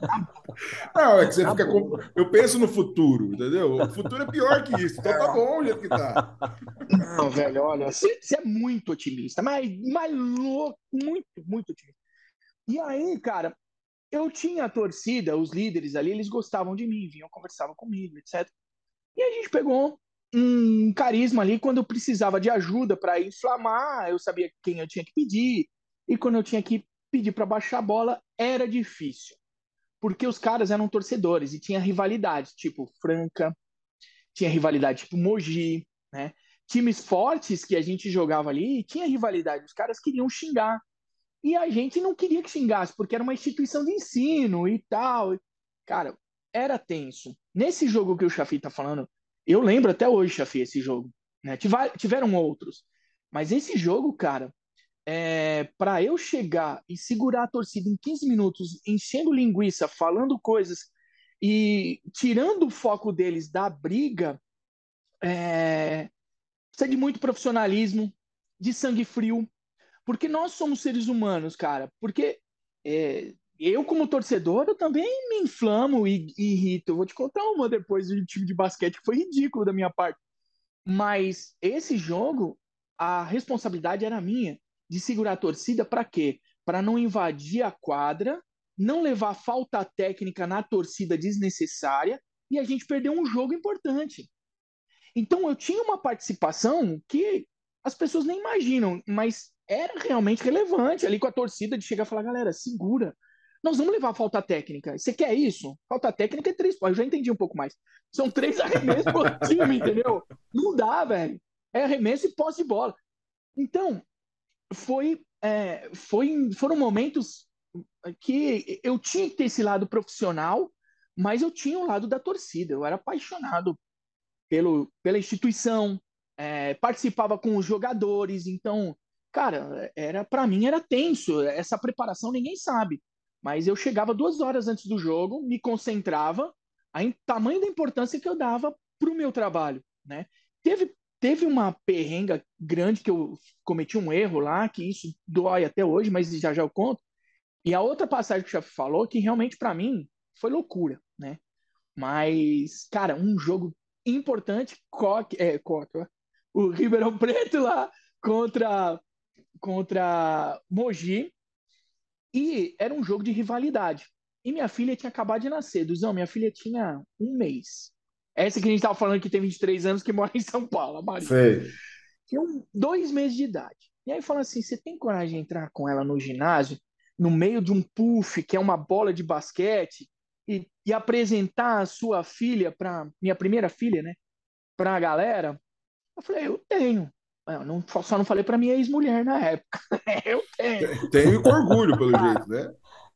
B: Não, é que você
C: Tá
B: fica
C: bom.
B: com. Eu penso no futuro, entendeu? O futuro é pior que isso. Então tá bom o jeito que tá.
C: Não, velho, olha, você, você é muito otimista, mas, mas louco, muito, muito otimista. E aí, cara, eu tinha a torcida, os líderes ali, eles gostavam de mim, vinham, conversavam comigo, etcétera. E a gente pegou um carisma ali quando eu precisava de ajuda para inflamar, eu sabia quem eu tinha que pedir, e quando eu tinha que pedir para baixar a bola, era difícil. Porque os caras eram torcedores e tinha rivalidade, tipo Franca, tinha rivalidade tipo Mogi, né? Times fortes que a gente jogava ali, tinha rivalidade, os caras queriam xingar. E a gente não queria que xingasse, porque era uma instituição de ensino e tal. Cara, era tenso. Nesse jogo que o Chafi tá falando, eu lembro até hoje, Chafi, esse jogo. Né? Tiveram outros. Mas esse jogo, cara, é, para eu chegar e segurar a torcida em quinze minutos, enchendo linguiça, falando coisas e tirando o foco deles da briga, é, precisa de muito profissionalismo, de sangue frio, porque nós somos seres humanos, cara. Porque é, eu, como torcedor, eu também me inflamo e, e irrito. Eu vou te contar uma depois do time de basquete que foi ridículo da minha parte. Mas esse jogo, a responsabilidade era minha de segurar a torcida para quê? Para não invadir a quadra, não levar falta técnica na torcida desnecessária e a gente perder um jogo importante. Então eu tinha uma participação que as pessoas nem imaginam, mas era realmente relevante ali com a torcida de chegar e falar, galera, segura. Nós vamos levar a falta técnica. Você quer isso? Falta técnica é três. Eu já entendi um pouco mais. São três arremessos por time, entendeu? Não dá, velho. É arremesso e posse de bola. Então, foi, é, foi, foram momentos que eu tinha que ter esse lado profissional, mas eu tinha o lado da torcida. Eu era apaixonado pelo, pela instituição, é, participava com os jogadores, então, cara, era para mim era tenso. Essa preparação ninguém sabe, mas eu chegava duas horas antes do jogo, me concentrava, a tamanho da importância que eu dava para o meu trabalho, né? Teve teve uma perrenga grande que eu cometi um erro lá, que isso dói até hoje, mas já já eu conto. E a outra passagem que o chefe falou, que realmente para mim foi loucura, né? Mas, cara, um jogo importante, Coque, é, Coque, o Ribeirão Preto lá contra, contra Mogi, e era um jogo de rivalidade. E minha filha tinha acabado de nascer, Duzão, minha filha tinha um mês. Essa que a gente tava falando que tem vinte e três anos, que mora em São Paulo, a Maria.
B: Sei.
C: Tinha um, dois meses de idade. E aí fala assim: você tem coragem de entrar com ela no ginásio, no meio de um puff, que é uma bola de basquete, e, e apresentar a sua filha para minha primeira filha, né? Pra galera? Eu falei: eu tenho. Eu não, só não falei pra minha ex-mulher na época. Eu tenho.
B: Tenho com orgulho, pelo jeito, né?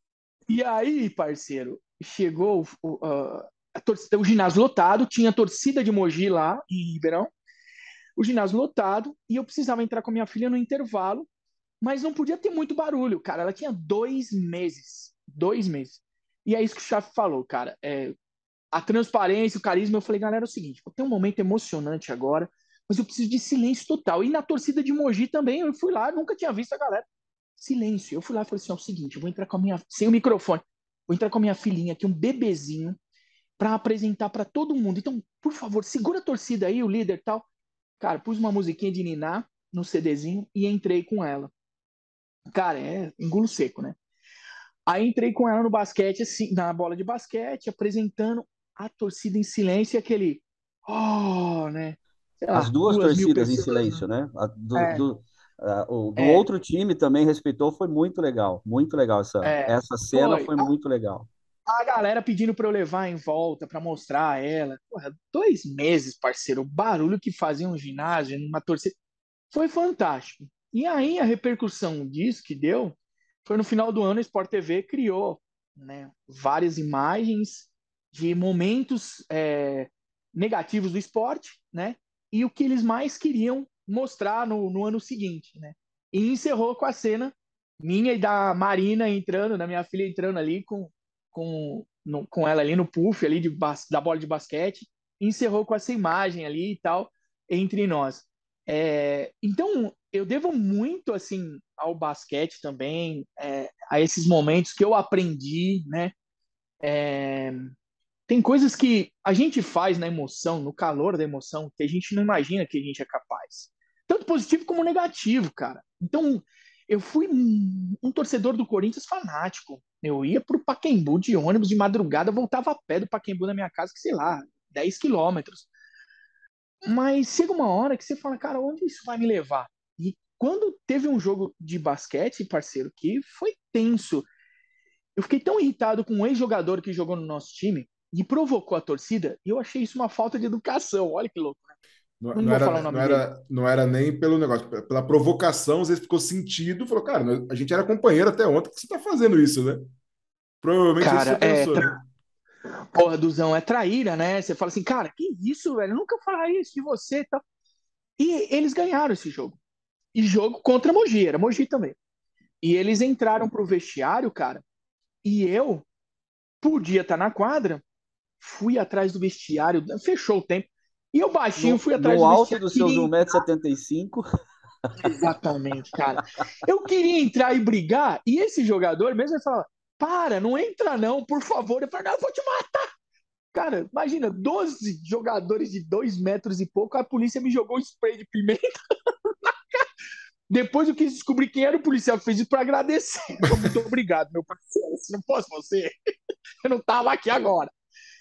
C: E aí, parceiro, chegou o, a, a torcida, o ginásio lotado, tinha torcida de Mogi lá em Ribeirão, o ginásio lotado, e eu precisava entrar com a minha filha no intervalo, mas não podia ter muito barulho, cara. Ela tinha dois meses. Dois meses. E é isso que o Chafe falou, cara. É, a transparência, o carisma. Eu falei: galera, é o seguinte, tem um momento emocionante agora, mas eu preciso de silêncio total. E na torcida de Mogi também, eu fui lá, nunca tinha visto a galera. Silêncio. Eu fui lá e falei assim: é o seguinte, eu vou entrar com a minha... Sem o microfone. Vou entrar com a minha filhinha aqui, um bebezinho, para apresentar para todo mundo. Então, por favor, segura a torcida aí, o líder e tal. Cara, pus uma musiquinha de Niná no CDzinho e entrei com ela. Cara, é engulo seco, né? Aí entrei com ela no basquete, assim, na bola de basquete, apresentando a torcida em silêncio e aquele... Oh, né? Sei
A: As
C: lá,
A: duas
C: duas mil
A: torcidas em
C: pessoas,
A: silêncio, né? A do,
C: né?
A: do, a- o, do
C: É, é,
A: outro time também respeitou, foi muito legal. Muito legal essa,
C: é.
A: essa cena
C: Foi.
A: foi muito legal.
C: A galera pedindo pra eu levar em volta, pra mostrar a ela. Porra, dois meses, parceiro. O barulho que fazia um ginásio, numa torcida. Foi fantástico. E aí a repercussão disso que deu foi no final do ano a Sport T V criou, né, várias imagens de momentos é, negativos do esporte, né? E o que eles mais queriam mostrar no, no ano seguinte, né? E encerrou com a cena minha e da Marina entrando, da minha filha entrando ali com, com, no, com ela ali no puff ali de bas, da bola de basquete. E encerrou com essa imagem ali e tal entre nós. É, então, eu devo muito assim ao basquete também, é, a esses momentos que eu aprendi, né? É, tem coisas que a gente faz na emoção, no calor da emoção, que a gente não imagina que a gente é capaz. Tanto positivo como negativo, cara. Então, eu fui um, um torcedor do Corinthians fanático. Eu ia pro Pacaembu de ônibus de madrugada, voltava a pé do Pacaembu na minha casa, que sei lá, dez quilômetros. Mas chega uma hora que você fala: cara, onde isso vai me levar? E quando teve um jogo de basquete, parceiro, que foi tenso, eu fiquei tão irritado com um ex-jogador que jogou no nosso time e provocou a torcida, e eu achei isso uma falta de educação. Olha que louco, né?
B: Não,
C: Não
B: não
C: vou falar o
B: era, não
C: nome dele.
B: era, não era nem pelo negócio, pela provocação, às vezes ficou sentido, falou, cara, a gente era companheiro até ontem, por que você tá fazendo isso, né? Provavelmente isso você
C: Cara, é.
B: pensou, né?
C: Porra, Duzão, é traíra, né? Você fala assim: cara, que isso, velho? Eu nunca falaria isso de você e tal. E eles ganharam esse jogo. E jogo contra Mogi, era Mogi também. E eles entraram pro vestiário, cara, e eu podia estar na quadra, fui atrás do vestiário, fechou o tempo, e eu baixinho
A: No,
C: fui atrás
A: no
C: do
A: alto
C: vestiário,
A: dos seus
C: queria
A: um metro e setenta e cinco,
C: exatamente, cara. Eu queria entrar e brigar, e esse jogador mesmo ele falava: para, não entra não, por favor. Eu falei: não, eu vou te matar. Cara, imagina, doze jogadores de dois metros e pouco, a polícia me jogou um spray de pimenta. Depois eu quis descobrir quem era o policial que fez isso para agradecer. Muito obrigado, meu parceiro. Se não fosse você, eu não tava aqui agora.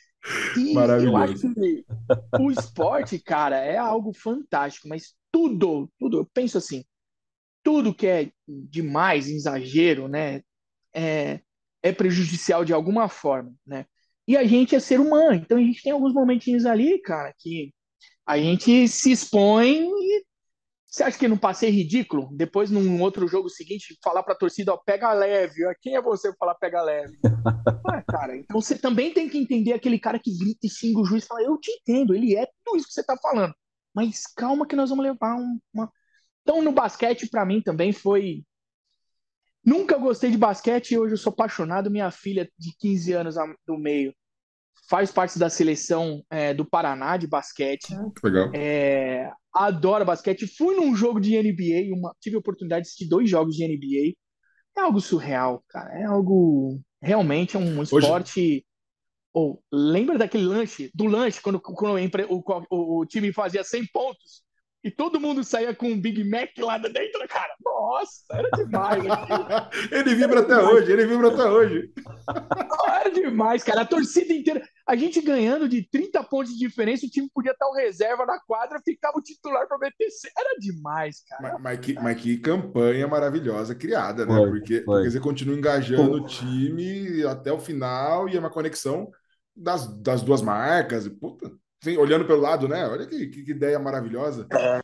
C: E eu acho
B: Maravilhoso.
C: que o esporte, cara, é algo fantástico, mas tudo, tudo, eu penso assim, tudo que é demais, exagero, né, é, é prejudicial de alguma forma, né? E a gente é ser humano, então a gente tem alguns momentinhos ali, cara, que a gente se expõe e você acha que não passei ridículo? Depois, num outro jogo seguinte, falar pra torcida: ó, pega leve, ó, quem é você pra falar pega leve? Ah, cara, então você também tem que entender aquele cara que grita e xinga o juiz e fala: eu te entendo, ele é tudo isso que você tá falando. Mas calma que nós vamos levar um- uma. Então, no basquete, pra mim também foi. Nunca gostei de basquete e hoje eu sou apaixonado. Minha filha, de quinze anos a- do meio, faz parte da seleção é, do Paraná de basquete.
B: Que legal.
C: É, adoro basquete. Fui num jogo de N B A, uma, tive a oportunidade de assistir dois jogos de N B A. É algo surreal, cara. É algo. Realmente é um
B: Hoje,
C: esporte. Ou lembra daquele lanche, do lanche, quando, quando o, o, o time fazia cem pontos e todo mundo saía com um Big Mac lá dentro, cara? Nossa, era demais aquilo.
B: ele vibra
C: Era
B: até
C: demais.
B: hoje, ele vibra até hoje.
C: Era demais, cara. A torcida inteira. A gente ganhando de trinta pontos de diferença, o time podia estar o reserva na quadra, ficava o titular para B T C. Era demais, cara.
B: Mas, mas, que, mas que campanha maravilhosa criada, né?
A: Foi,
B: Porque, porque
A: foi.
B: você continua engajando o time até o final e é uma conexão das, das duas marcas. Puta, assim, olhando pelo lado, né? Olha que, que, que ideia maravilhosa.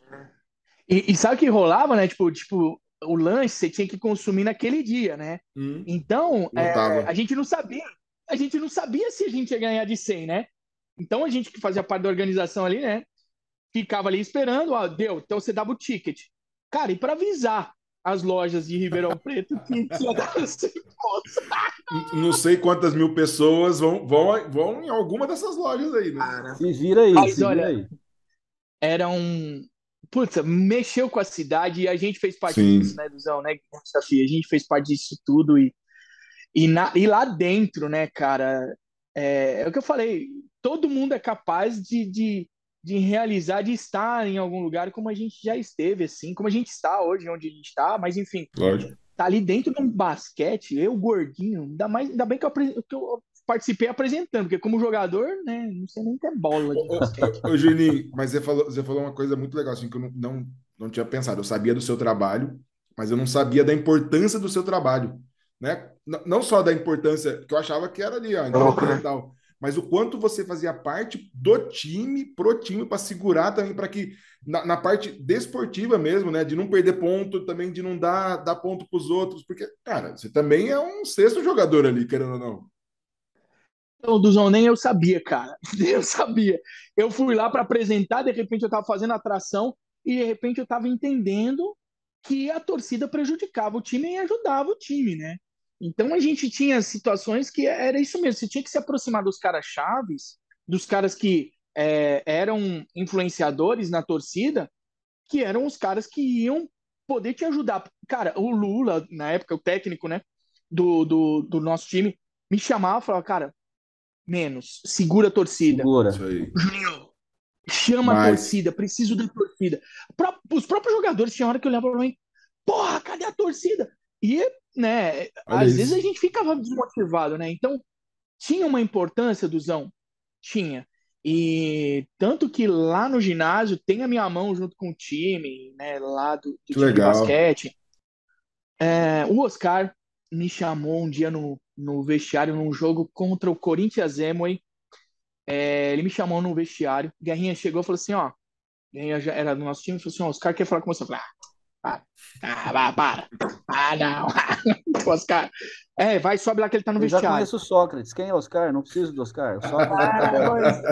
C: E, e sabe o que rolava, né? Tipo, tipo, o lanche você tinha que consumir naquele dia, né?
B: Hum,
C: Então, é,
B: notava.
C: a gente não sabia, a gente não sabia se a gente ia ganhar de cem, né? Então a gente que fazia parte da organização ali, né? Ficava ali esperando, ó, deu, então você dava o ticket. Cara, e para avisar as lojas de Ribeirão Preto que tinha dado cem pontos.
B: Não sei quantas mil pessoas vão, vão, vão em alguma dessas lojas aí, né?
C: Cara.
A: Se vira aí,
C: Mas
A: se vira
C: olha,
A: aí.
C: era um. Putz, mexeu com a cidade e a gente fez parte disso,
B: Sim.
C: né, Duzão, né, Desafio? A gente fez parte disso tudo e, e, na, e lá dentro, né, cara, é, é o que eu falei, todo mundo é capaz de, de, de realizar, de estar em algum lugar como a gente já esteve, assim, como a gente está hoje, onde a gente está, mas enfim,
B: Lógico.
C: tá ali dentro de um basquete, eu gordinho, ainda, mais, ainda bem que eu, que eu participei apresentando, porque como jogador, né, não sei nem ter bola de
B: Ô, ô,
C: basquete.
B: ô, Juninho, mas você falou, você falou uma coisa muito legal, assim, que eu não, não, não tinha pensado. Eu sabia do seu trabalho, mas eu não sabia da importância do seu trabalho, né? N- não só da importância, que eu achava que era ali, ó, entreter e tal, mas o quanto você fazia parte do time, pro time, para segurar também, para que, na, na parte desportiva mesmo, né? De não perder ponto, também de não dar, dar ponto para os outros, porque, cara, você também é um sexto jogador ali, querendo ou não.
C: Então, Duzão, nem eu sabia, cara. Eu sabia. Eu fui lá para apresentar, de repente eu estava fazendo atração e de repente eu estava entendendo que a torcida prejudicava o time e ajudava o time, né? Então a gente tinha situações que era isso mesmo. Você tinha que se aproximar dos caras chaves, dos caras que é, eram influenciadores na torcida, que eram os caras que iam poder te ajudar. Cara, o Lula, na época, o técnico, né, do, do, do nosso time, me chamava e falava, cara, menos, segura a torcida.
B: Isso
A: Segura.
B: aí.
C: Juninho, chama a
B: Mas,
C: torcida, preciso da torcida. Pró- Os próprios jogadores tinha hora que olhavam pra mim, porra, cadê a torcida? E, né,
B: olha
C: às vezes a
B: isso.
C: gente ficava desmotivado, né? Então, tinha uma importância, Duzão? Tinha. E tanto que lá no ginásio tem a minha mão junto com o time, né, lá do, do
B: Que
C: time de
B: legal.
C: basquete. É, o Oscar me chamou um dia no, no vestiário num jogo contra o Corinthians Amway. É, ele me chamou no vestiário. Guerrinha chegou e falou assim: ó, Guerrinha já era do nosso time, falou assim: ó, os caras querem falar com você. Eu falei: ah, para, ah, para, ah, não. Oscar, é, vai, sobe lá que ele tá no
A: Eu já
C: vestiário.
A: conheço o Sócrates. Quem é o Oscar? Não preciso do Oscar. O Sócrates tá
C: Ah,
A: bom.
C: mas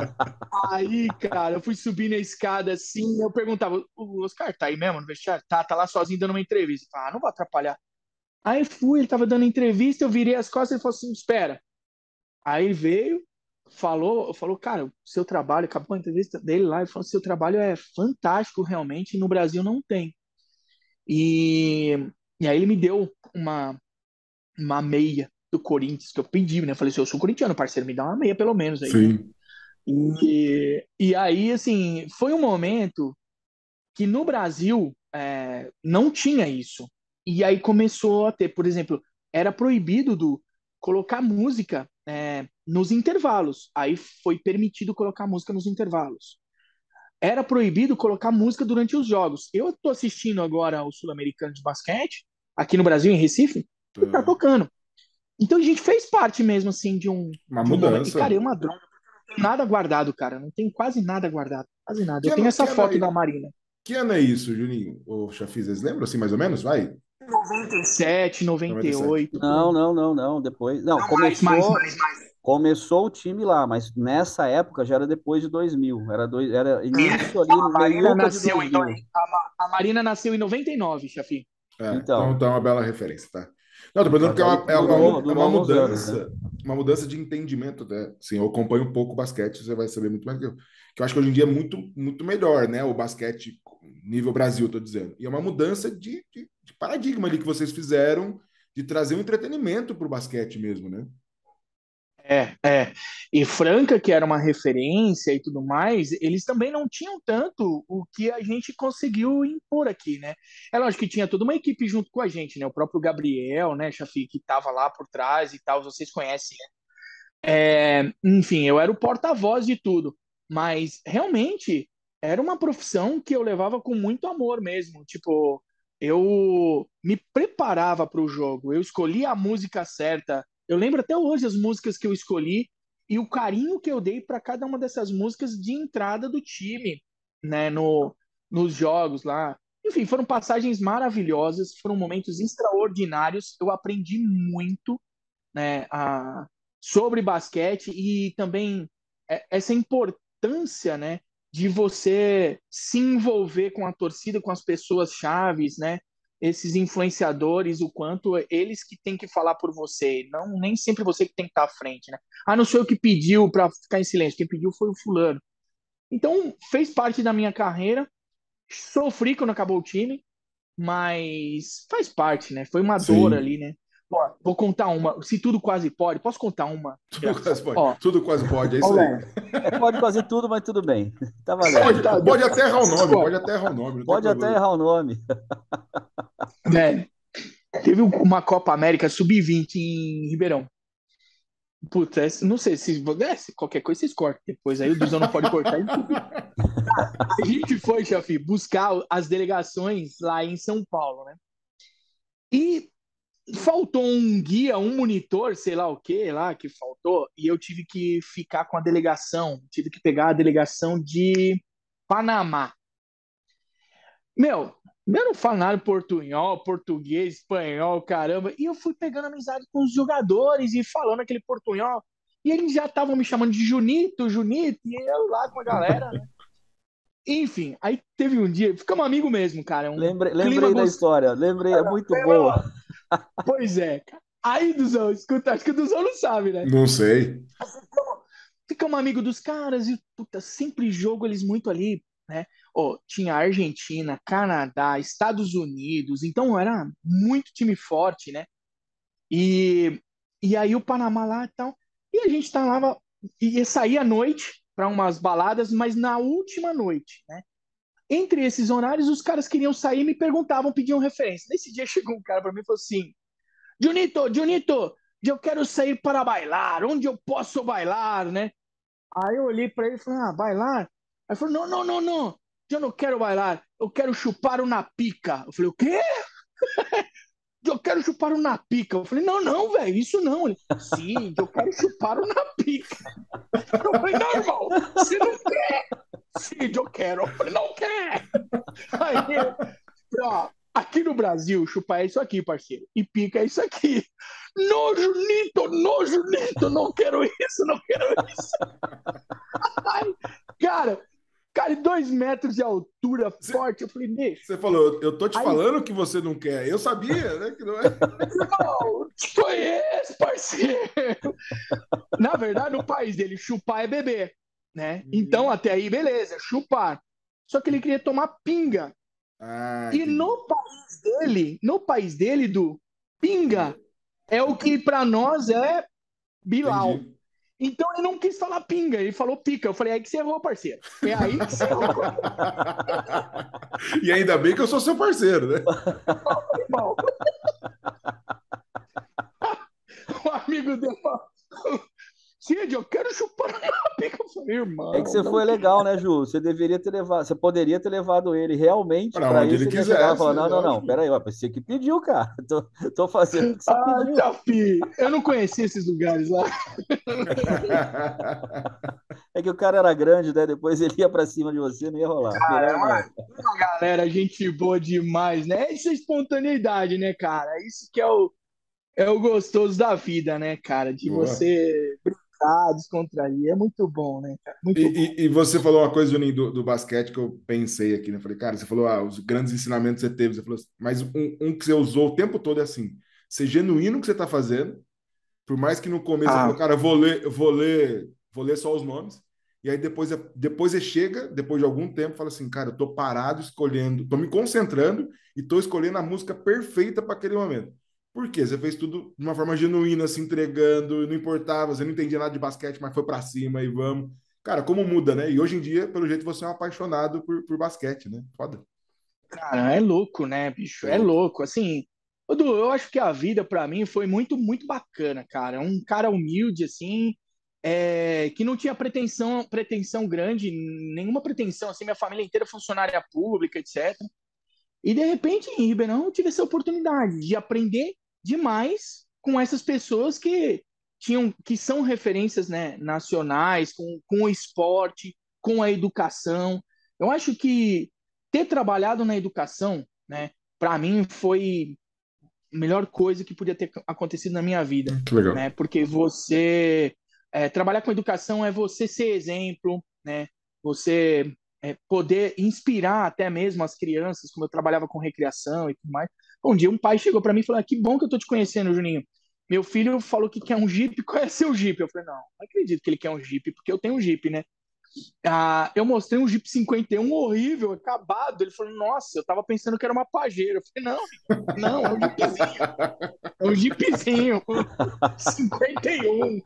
C: aí, cara, eu fui subir na escada assim, eu perguntava: o Oscar tá aí mesmo no vestiário? Tá, tá lá sozinho dando uma entrevista. Eu falei, ah, não vou atrapalhar. Aí fui, ele tava dando entrevista, eu virei as costas e ele falou assim: espera. Aí ele veio, falou, falou, cara, o seu trabalho, acabou a entrevista dele lá, e falou: seu trabalho é fantástico, realmente, e no Brasil não tem. E, e aí ele me deu uma, uma meia do Corinthians, que eu pedi, né? Falei assim: eu sou corintiano, parceiro, me dá uma meia pelo menos aí, né?
B: Sim.
C: E, e aí, assim, foi um momento que no Brasil é, não tinha isso. E aí começou a ter, por exemplo, era proibido do colocar música é, nos intervalos. Aí foi permitido colocar música nos intervalos. Era proibido colocar música durante os jogos. Eu estou assistindo agora o Sul-Americano de Basquete, aqui no Brasil, em Recife, e tá
B: Tá.
C: tocando. Então a gente fez parte mesmo, assim, de um,
B: Uma
C: de um momento. E, cara,
B: mudança.
C: é uma droga. Não tenho nada guardado, cara. Não tenho quase nada guardado. Quase nada.
B: Que
C: Eu tenho
B: ano, que
C: essa
B: ano
C: foto
B: é,
C: da Marina.
B: que ano é isso, Juninho? Ô, Chafiz, vocês lembram assim, mais ou menos? Vai.
C: noventa e sete,
B: noventa e sete.
C: noventa e oito, por
A: Não,
C: aí.
A: não, não, não. Depois. Não,
C: Não, mais, mais,
A: começou.
C: mais, mais.
A: Começou o time lá, mas nessa época já era depois de dois mil. Era, dois, era
C: É.
A: início ali,
C: A Marina
A: meiuca de
C: nasceu em,
A: dois mil.
C: a, Ma- a Marina nasceu em noventa e nove, Chafi.
B: É, então,
A: Então,
B: então é uma bela referência, tá? Não, tô pensando
A: só
B: que
A: que
B: é
A: aí
B: uma, é uma,
A: durou,
B: mu- é
A: durou
B: uma
A: alguns anos, né?
B: mudança, uma mudança de entendimento, né? Assim, eu acompanho um pouco o basquete, você vai saber muito mais que eu. Que eu acho que hoje em dia é muito, muito melhor, né? O basquete nível Brasil, tô dizendo. E é uma mudança de, de, de paradigma ali que vocês fizeram de trazer um entretenimento para o basquete mesmo, né?
C: É, é. E Franca, que era uma referência e tudo mais, eles também não tinham tanto o que a gente conseguiu impor aqui, né? É lógico que tinha toda uma equipe junto com a gente, né? O próprio Gabriel, né, Chafi, que estava lá por trás e tal, vocês conhecem, né? É, enfim, eu era o porta-voz de tudo, mas realmente era uma profissão que eu levava com muito amor mesmo. Tipo, eu me preparava para o jogo, eu escolhia a música certa. Eu lembro até hoje as músicas que eu escolhi e o carinho que eu dei para cada uma dessas músicas de entrada do time, né, no, nos jogos lá. Enfim, foram passagens maravilhosas, foram momentos extraordinários. Eu aprendi muito, né, a, sobre basquete e também é, essa importância, né, de você se envolver com a torcida, com as pessoas chaves, né, esses influenciadores, o quanto eles que têm que falar por você, não nem sempre você que tem que estar à frente, né? Ah, não sou eu que pediu para ficar em silêncio, quem pediu foi o fulano. Então, fez parte da minha carreira, sofri quando acabou o time, mas faz parte, né? Foi uma dor
B: Sim.
C: ali, né? Ó, vou contar uma. Se tudo quase pode, posso contar uma
B: Tudo quase
C: engraçada?
B: pode.
C: Ó,
B: Tudo quase pode, é
C: ó,
B: isso aí.
C: velho.
A: É, pode fazer tudo, mas tudo bem. Tá
B: Pode,
A: valendo.
C: Tá,
B: pode
C: depois
B: até errar o nome,
C: pode.
B: pode até errar o nome, não tem
A: Pode até
B: problema.
A: errar o nome.
C: Velho, teve uma Copa América sub vinte em Ribeirão. Putz, essa- não sei se, é, se qualquer coisa vocês cortam depois. Aí o Duzão não pode cortar. A gente foi, chefe, buscar as delegações lá em São Paulo, né? E faltou um guia, um monitor, sei lá o que lá que faltou, e eu tive que ficar com a delegação, tive que pegar a delegação de Panamá. Meu, eu não falo nada portunhol, português, espanhol, caramba, e eu fui pegando amizade com os jogadores e falando aquele portunhol, e eles já estavam me chamando de Junito, Junito, e eu lá com a galera, né? Enfim, aí teve um dia, ficamos amigos mesmo, cara, um
A: Lembrei,
C: clima
A: lembrei da
C: gostoso.
A: história. Lembrei, é muito boa.
C: Pois é, cara. Aí, Duzão, escuta, acho que o Duzão não sabe, né?
B: Não sei.
C: Ficamos amigos dos caras e, puta, sempre jogo eles muito ali, né? Ó, tinha Argentina, Canadá, Estados Unidos, então era muito time forte, né? E, e aí o Panamá lá e tal. E a gente tava, ia sair à noite para umas baladas, mas na última noite, né? Entre esses horários, os caras queriam sair e me perguntavam, pediam referência. Nesse dia chegou um cara para mim e falou assim: Junito, Junito, eu quero sair para bailar, onde eu posso bailar, né? Aí eu olhei para ele e falei, ah, bailar? Aí ele falou, não, não, não, não, eu não quero bailar, eu quero chupar uma pica. Eu falei, o quê? Eu quero chupar uma pica. Eu falei, não, não, velho, isso não. Ele, sim, eu quero chupar uma pica. Eu falei, não, irmão, você não quer? Sim, eu quero. Eu falei, não quer. Aí ele, ó, aqui no Brasil, chupar é isso aqui, parceiro. E pica é isso aqui. Nojo, Nito, nojo, Nito, não quero isso, não quero isso. Ai, cara, cara, dois metros de altura,
B: Você,
C: forte. Eu falei, deixa.
B: você falou, eu tô te
C: Aí,
B: falando que você não quer. Eu sabia, né? Que não é.
C: não, te conheço, parceiro. Na verdade, no país dele, chupar é beber, né? Então, até aí, beleza, chupar. Só que ele queria tomar pinga.
B: Ah,
C: E
B: entendi.
C: no país dele, no país dele, do
B: Pinga.
C: pinga, é o que para nós é Bilal.
B: Entendi.
C: Então ele não quis falar pinga, ele falou pica. Eu falei, é aí que você errou, parceiro. É aí que você errou,
B: E ainda bem que eu sou seu parceiro, né?
C: irmão. O amigo dele falou, Cid, eu quero chupar a pica. Eu falei,
A: É que
C: irmão,
A: você
C: não
A: foi
C: quero.
A: legal, né, Ju? Você deveria ter levado, você poderia ter levado ele realmente
B: Para
A: para
B: onde
A: isso.
B: ele
A: Ele ia chegar e
B: quisesse,
A: falar: não, não, não,
B: lógico.
A: peraí, ó, você que pediu, cara. Tô, tô fazendo o que você
C: Ah,
A: pediu.
C: Chafi, eu não conhecia esses lugares lá.
A: É que o cara era grande, né? Depois ele ia para cima de você, não ia rolar. Melhor não.
C: Uma galera, gente boa demais, né? Essa espontaneidade, né, cara? Isso que é o, é o gostoso da vida, né, cara? De
B: Boa.
C: você brincar, descontrair. É muito bom, né, cara?
B: E,
C: Muito bom.
B: e, e você falou uma coisa, Juninho, do, do basquete que eu pensei aqui, né? Falei, cara, você falou, ah, os grandes ensinamentos que você teve, você falou, assim, mas um, um que você usou o tempo todo é assim, ser genuíno no que você está fazendo, por mais que no começo você falou,
C: Ah,
B: cara, eu vou ler, eu vou ler, vou ler só os nomes, e aí depois, depois você chega, depois de algum tempo, fala assim, cara, eu tô parado escolhendo, tô me concentrando e tô escolhendo a música perfeita para aquele momento. Por quê? Você fez tudo de uma forma genuína, se entregando, não importava, você não entendia nada de basquete, mas foi para cima e vamos. Cara, como muda, né? E hoje em dia, pelo jeito, você é um apaixonado por, por basquete, né? Foda.
C: cara, é louco, né, bicho?
B: É
C: É
B: louco.
C: louco. Assim, Edu, eu acho que a vida pra mim foi muito, muito bacana, cara. Um cara humilde, assim, é, que não tinha pretensão, pretensão grande, nenhuma pretensão, assim, minha família inteira é funcionária pública, etcétera. E de repente, em Ribeirão, eu tive essa oportunidade de aprender demais com essas pessoas que tinham, que são referências, né, nacionais, com, com o esporte, com a educação. Eu acho que ter trabalhado na educação, né, para mim foi a melhor coisa que podia ter acontecido na minha vida,
B: Que legal.
C: né? Porque você é, trabalhar com educação é você ser exemplo, né? Você é, poder inspirar até mesmo as crianças, como eu trabalhava com recreação e tudo mais. Um dia um pai chegou para mim e falou: ah, que bom que eu tô te conhecendo, Juninho. Meu filho falou que quer um Jeep, qual é seu Jeep? Eu falei: não, não acredito que ele quer um Jeep, porque eu tenho um Jeep, né? Ah, eu mostrei um Jeep cinquenta e um horrível, acabado. Ele falou: nossa, eu tava pensando que era uma Pajero. Eu falei: não, não, é um Jeepzinho. É um Jeepzinho. cinquenta e um.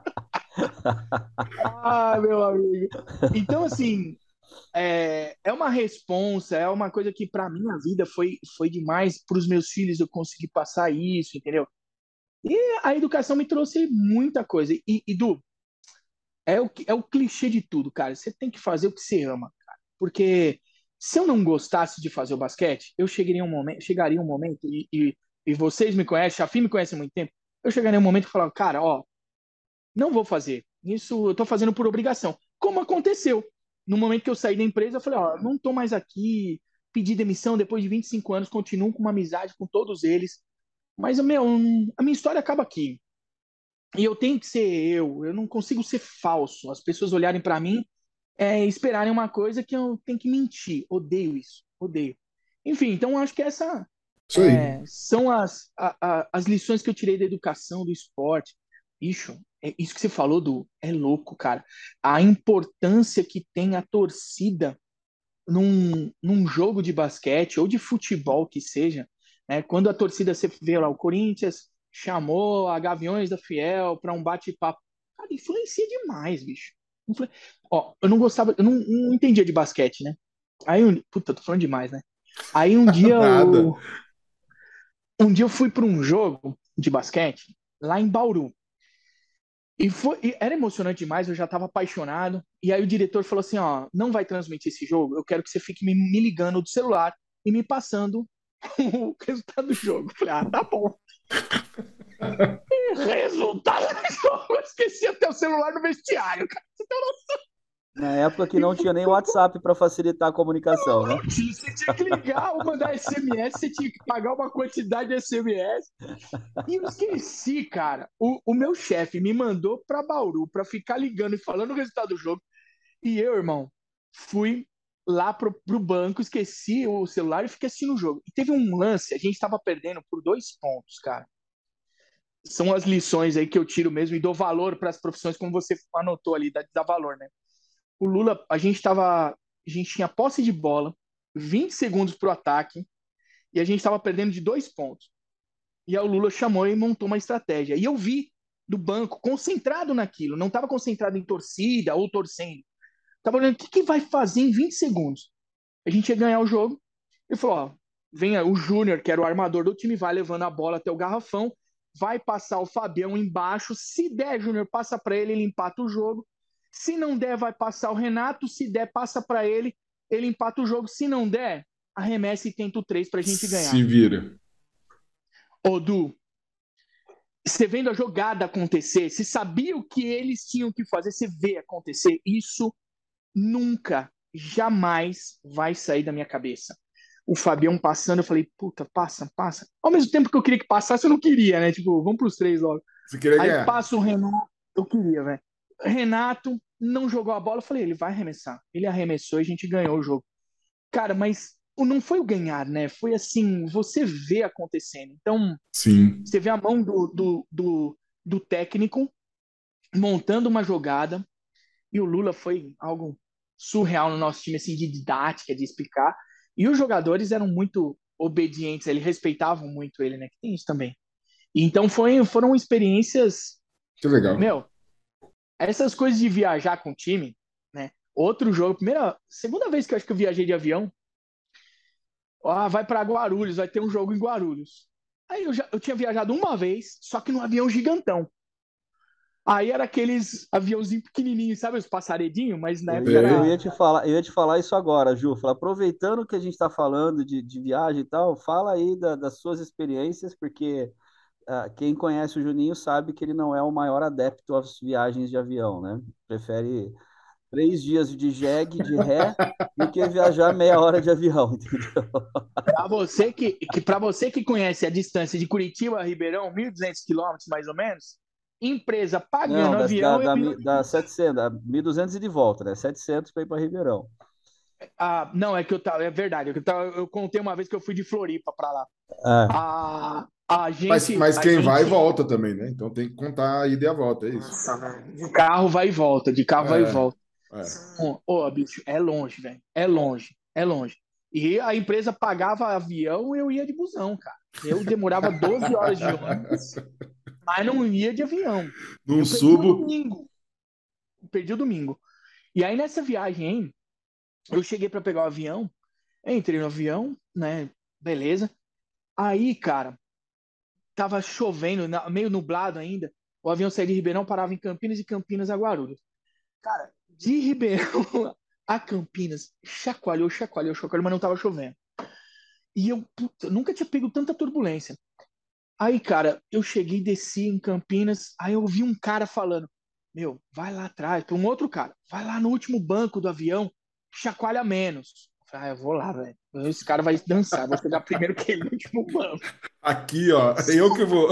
C: Ah, meu amigo. Então, assim, é, é uma responsa, é uma coisa que para minha vida foi, foi demais. Para os meus filhos eu consegui passar isso, entendeu? E a educação me trouxe muita coisa. E, e Du, é o, é o clichê de tudo, cara. Você tem que fazer o que você ama, cara. Porque se eu não gostasse de fazer o basquete, eu chegaria um momento, chegaria um momento, e, e, e vocês me conhecem, a Fim me conhece há muito tempo, eu chegaria um momento e falava: cara, ó, não vou fazer. Isso eu tô fazendo por obrigação. Como aconteceu. No momento que eu saí da empresa, eu falei: ó, não tô mais aqui, pedi demissão depois de vinte e cinco anos, continuo com uma amizade com todos eles. Mas, meu, a minha história acaba aqui. E eu tenho que ser eu, eu não consigo ser falso. As pessoas olharem para mim, é, esperarem uma coisa que eu tenho que mentir. Odeio isso, odeio. Enfim, então acho que essa
B: Isso aí.
C: é, são as, a, a, as lições que eu tirei da educação, do esporte. Bicho, é, isso que você falou, do é louco, cara. A importância que tem a torcida num, num jogo de basquete ou de futebol que seja, né? Quando a torcida, você vê lá, o Corinthians chamou a Gaviões da Fiel para um bate-papo. Cara, influencia demais, bicho. Influ... Ó, eu não gostava, eu não, não entendia de basquete, né? Aí, um... puta, tô falando demais, né? Aí um dia
B: Nada.
C: eu, um dia eu fui para um jogo de basquete lá em Bauru. E, foi, e era emocionante demais, eu já estava apaixonado. E aí o diretor falou assim: ó, não vai transmitir esse jogo, eu quero que você fique me, me ligando do celular e me passando o resultado do jogo. Eu falei: ah, tá bom. Resultado do jogo, eu esqueci até o celular no vestiário, cara. Você tá
A: Na época que
C: E
A: não
C: foi
A: tinha nem
C: tudo.
A: WhatsApp para facilitar a comunicação, né?
C: Você tinha que ligar ou mandar S M S, você tinha que pagar uma quantidade de S M S. E eu esqueci, cara. O, o meu chefe me mandou para Bauru para ficar ligando e falando o resultado do jogo. E eu, irmão, fui lá pro, pro banco, esqueci o celular e fiquei assistindo o jogo. E teve um lance, a gente tava perdendo por dois pontos, cara. São as lições aí que eu tiro mesmo e dou valor para as profissões, como você anotou ali, dá, dá valor, né? O Lula, a gente tava. A gente tinha posse de bola, vinte segundos pro ataque, e a gente tava perdendo de dois pontos. E aí o Lula chamou e montou uma estratégia. E eu vi do banco, concentrado naquilo, não estava concentrado em torcida ou torcendo. Tava olhando o que, que vai fazer em vinte segundos. A gente ia ganhar o jogo. Ele falou: ó, vem o Júnior, que era o armador do time, vai levando a bola até o garrafão, vai passar o Fabião embaixo. Se der, Júnior, passa para ele, ele empata o jogo. Se não der, vai passar o Renato. Se der, passa para ele, ele empata o jogo. Se não der, arremessa e tenta o três para a gente ganhar.
B: Se vira.
C: Ô, Du, você vendo a jogada acontecer, você sabia o que eles tinham que fazer, você vê acontecer. Isso nunca, jamais vai sair da minha cabeça. O Fabião passando, eu falei: puta, passa, passa. Ao mesmo tempo que eu queria que passasse, eu não queria, né? Tipo, vamos pros três logo.
B: Você queria
C: Aí
B: ganhar?
C: passa o Renato, eu queria, velho. Renato não jogou a bola, eu falei: ele vai arremessar. Ele arremessou e a gente ganhou o jogo. Cara, mas não foi o ganhar, né? Foi assim, você vê acontecendo. Então,
B: Sim.
C: você vê a mão do, do, do, do técnico montando uma jogada, e o Lula foi algo surreal no nosso time, assim, de didática, de explicar. E os jogadores eram muito obedientes, eles respeitavam muito ele, né? Que tem isso também. E então foi, foram experiências,
B: Que legal.
C: meu, essas coisas de viajar com o time, né? Outro jogo, primeira, segunda vez que eu acho que eu viajei de avião, ah, vai para Guarulhos, vai ter um jogo em Guarulhos. Aí eu, já, eu tinha viajado uma vez, só que num avião gigantão. Aí era aqueles aviãozinhos pequenininhos, sabe, os passaredinhos, mas na
A: Eu
C: época
A: ia, eu
C: era...
A: ia te falar, eu ia te falar isso agora, Ju. Falar, aproveitando que a gente está falando de, de viagem e tal, fala aí da- das suas experiências, porque ah, quem conhece o Juninho sabe que ele não é o maior adepto às viagens de avião, né? Prefere três dias de jegue, de ré, do que viajar meia hora de avião, entendeu?
C: Para você que, que para você que conhece a distância de Curitiba a Ribeirão, mil e duzentos quilômetros mais ou menos, empresa
A: Não,
C: pagando
A: da, da,
C: avião, eu
A: da,
C: ia
A: mi-
C: de
A: da
C: bus.
A: setecentos, da mil e duzentos e de volta, né? setecentos para ir para Ribeirão.
C: Ah, não, é que eu tava, é verdade, é que eu, tava, eu contei uma vez que eu fui de Floripa para lá.
A: É,
C: A, a
B: Mas,
C: gente,
B: mas
C: a
B: quem vai,
C: gente,
B: volta também, né? Então tem que contar a ida e a volta, é isso.
C: nossa, velho, de carro vai e volta, de carro vai e
B: É,
C: volta.
B: é.
C: Ô, oh, bicho, é longe, velho, é longe, é longe. E a empresa pagava avião, eu ia de busão, cara. Eu demorava doze horas de ônibus, mas não ia de avião.
B: Não
C: Eu perdi o
B: subo.
C: domingo. Perdi o domingo. E aí nessa viagem, hein, eu cheguei para pegar o avião, entrei no avião, né? Beleza. Aí, cara, tava chovendo, meio nublado ainda. O avião saía de Ribeirão, parava em Campinas e Campinas a Guarulhos. Cara, de Ribeirão a Campinas, chacoalhou, chacoalhou, chacoalhou, mas não tava chovendo. E eu, puta, nunca tinha pego tanta turbulência. Aí, cara, eu cheguei, desci em Campinas, aí eu vi um cara falando: Meu, vai lá atrás, para um outro cara, vai lá no último banco do avião, chacoalha menos. Eu falei, ah, eu vou lá, velho. Esse cara vai dançar, vou chegar primeiro que ele no último banco.
B: Aqui, ó, eu que vou.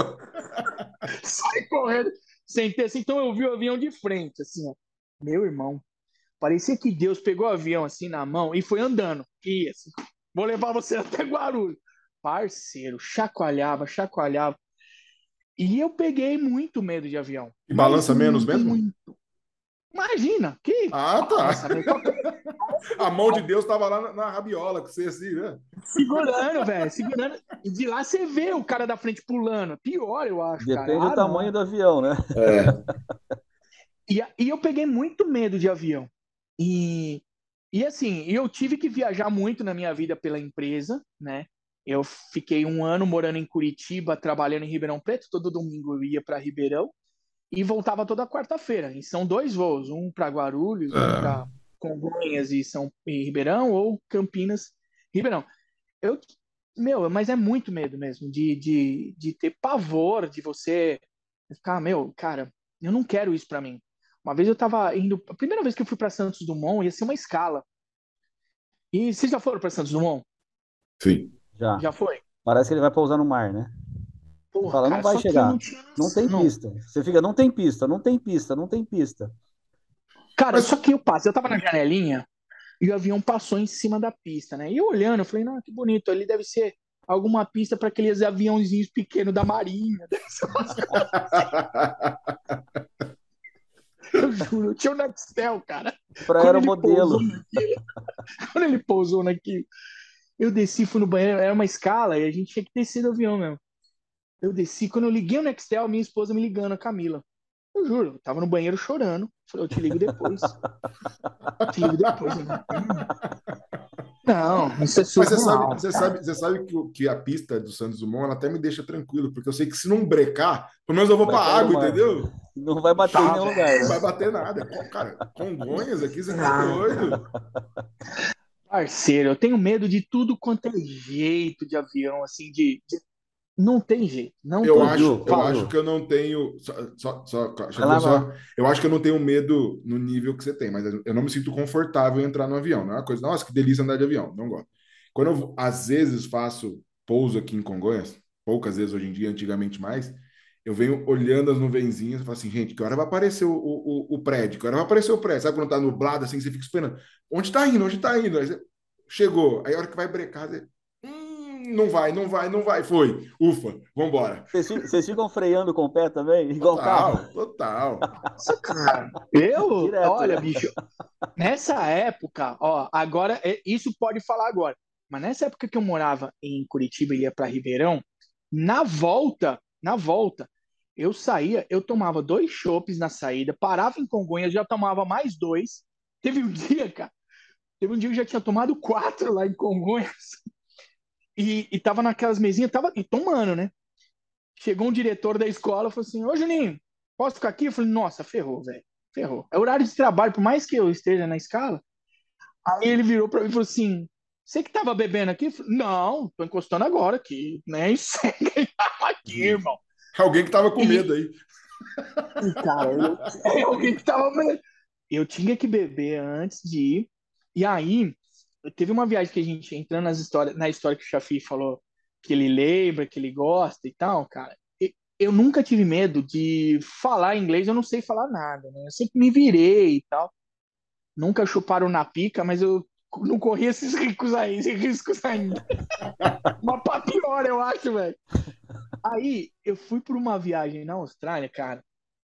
C: Sai correndo, sentei assim, então eu vi o avião de frente, assim, ó. Meu irmão, parecia que Deus pegou o avião assim na mão e foi andando. E assim, vou levar você até Guarulhos. Parceiro, chacoalhava, chacoalhava. E eu peguei muito medo de avião.
B: E
C: Mas
B: balança menos
C: muito,
B: mesmo?
C: muito. Imagina, que
B: Ah, tá.
C: balança, velho. Qualquer-
B: A mão de Deus estava lá na, na rabiola com você assim, né?
C: Segurando, velho, segurando. E de lá você vê o cara da frente pulando. Pior, eu acho, cara.
A: depende do
C: Ah,
A: tamanho
C: não.
A: do avião, né?
B: É.
C: E, e eu peguei muito medo de avião. E, e assim, eu tive que viajar muito na minha vida pela empresa, né? Eu fiquei um ano morando em Curitiba, trabalhando em Ribeirão Preto. Todo domingo eu ia para Ribeirão e voltava toda quarta-feira. E são dois voos, um para Guarulhos, um para Congonhas e São e Ribeirão, ou Campinas, Ribeirão. Eu, meu, mas é muito medo mesmo de, de, de ter pavor de você ficar, meu, cara, eu não quero isso para mim. Uma vez eu tava indo, a primeira vez que eu fui para Santos Dumont ia ser uma escala. E vocês já foram para Santos Dumont?
B: Sim.
A: Já.
C: Já foi?
A: Parece que ele vai pousar no mar, né? Você
C: Porra,
A: fala, não
C: cara,
A: vai
C: só que eu
A: chegar.
C: não tinha
A: Não tem
C: noção.
A: pista. Você fica, não tem pista, não tem pista, não tem pista.
C: Cara,
B: Mas
C: só que eu passei, eu tava na janelinha e o avião passou em cima da pista, né? E eu olhando, eu falei, não, que bonito, ali deve ser alguma pista para aqueles aviãozinhos pequenos da Marinha. Deve ser umas coisas, eu juro, eu tinha o Nextel, cara.
A: Para
C: Quando ele pousou
A: aeromodelo.
C: naquilo, quando ele pousou naquilo, eu desci, fui no banheiro, era uma escala e a gente tinha que descer do avião mesmo. Eu desci, quando eu liguei o Nextel, minha esposa me ligando, a Camila. Eu juro, eu tava no banheiro chorando. Falei, eu te ligo depois. Te ligo depois. Eu não, não, isso é
B: Mas você sabe,
C: surreal,
B: você
C: cara.
B: sabe, você sabe que, o- que a pista do Santos Dumont ela até me deixa tranquilo, porque eu sei que se não brecar, pelo menos eu vou
A: Vai
B: para
A: cair no
B: água,
A: mar.
B: entendeu?
A: Não vai bater em
C: Tá,
A: nenhum lugar,
B: Não
A: né?
B: vai bater nada. Co- Cara, Congonhas aqui, você tá
C: velho.
B: doido.
C: Parceiro, eu tenho medo de tudo quanto é jeito de avião, assim, de, de- não tem jeito, não
B: Eu
A: Ô,
C: tem
B: acho,
C: jeito.
A: Ju,
B: eu
A: ô,
C: Fala.
B: acho
A: Ju.
B: que eu não tenho. Só, só, só,
A: Vai
B: Xavier,
A: lá, vai
B: só,
A: lá.
B: eu acho que eu não tenho medo no nível que você tem, mas eu não me sinto confortável em entrar no avião. Não é uma coisa, nossa, que delícia andar de avião. Não gosto. Quando eu, às vezes, faço pouso aqui em Congonhas, poucas vezes hoje em dia, antigamente mais, eu venho olhando as nuvenzinhas e falo assim, gente, que hora vai aparecer o, o, o, o prédio? Que hora vai aparecer o prédio? Sabe quando tá nublado assim, você fica esperando? Onde tá indo? Onde tá indo? Aí você, chegou. Aí a hora que vai brecar, você, hum, não vai, não vai, não vai. Foi. Ufa, vambora.
A: Vocês fi- vocês ficam freando com o pé também? Igual carro?
B: Total, total.
C: Nossa, cara. Eu,
A: Direto,
C: olha,
A: né?
C: bicho, nessa época, ó, agora, é- isso pode falar agora, mas nessa época que eu morava em Curitiba e ia para Ribeirão, na volta, na volta, eu saía, eu tomava dois chopes na saída, parava em Congonhas, já tomava mais dois. Teve um dia, cara, teve um dia que eu já tinha tomado quatro lá em Congonhas e, e tava naquelas mesinhas, tava e tomando, né? Chegou um diretor da escola e falou assim: Ô Juninho, Posso ficar aqui? Eu falei, nossa, ferrou, velho. Ferrou. É horário de trabalho, por mais que eu esteja na escala. Aí ele virou pra mim e falou assim: você que tava bebendo aqui? Eu falei, não, tô encostando agora aqui. Nem sei quem tava aqui, irmão.
B: Alguém que tava com
C: E,
B: medo aí.
C: e, cara, eu, é alguém que tava. Eu tinha que beber antes de ir. E aí, teve uma viagem que a gente entrando nas histórias, na história que o Chafi falou que ele lembra, que ele gosta e tal, cara. e- Eu nunca tive medo de falar inglês, eu não sei falar nada, né? Eu sempre me virei e tal. Nunca chuparam na pica, mas eu não corri esses riscos aí, esses riscos ainda. Mas pra pior, eu acho, velho. Aí eu fui por uma viagem na Austrália, cara.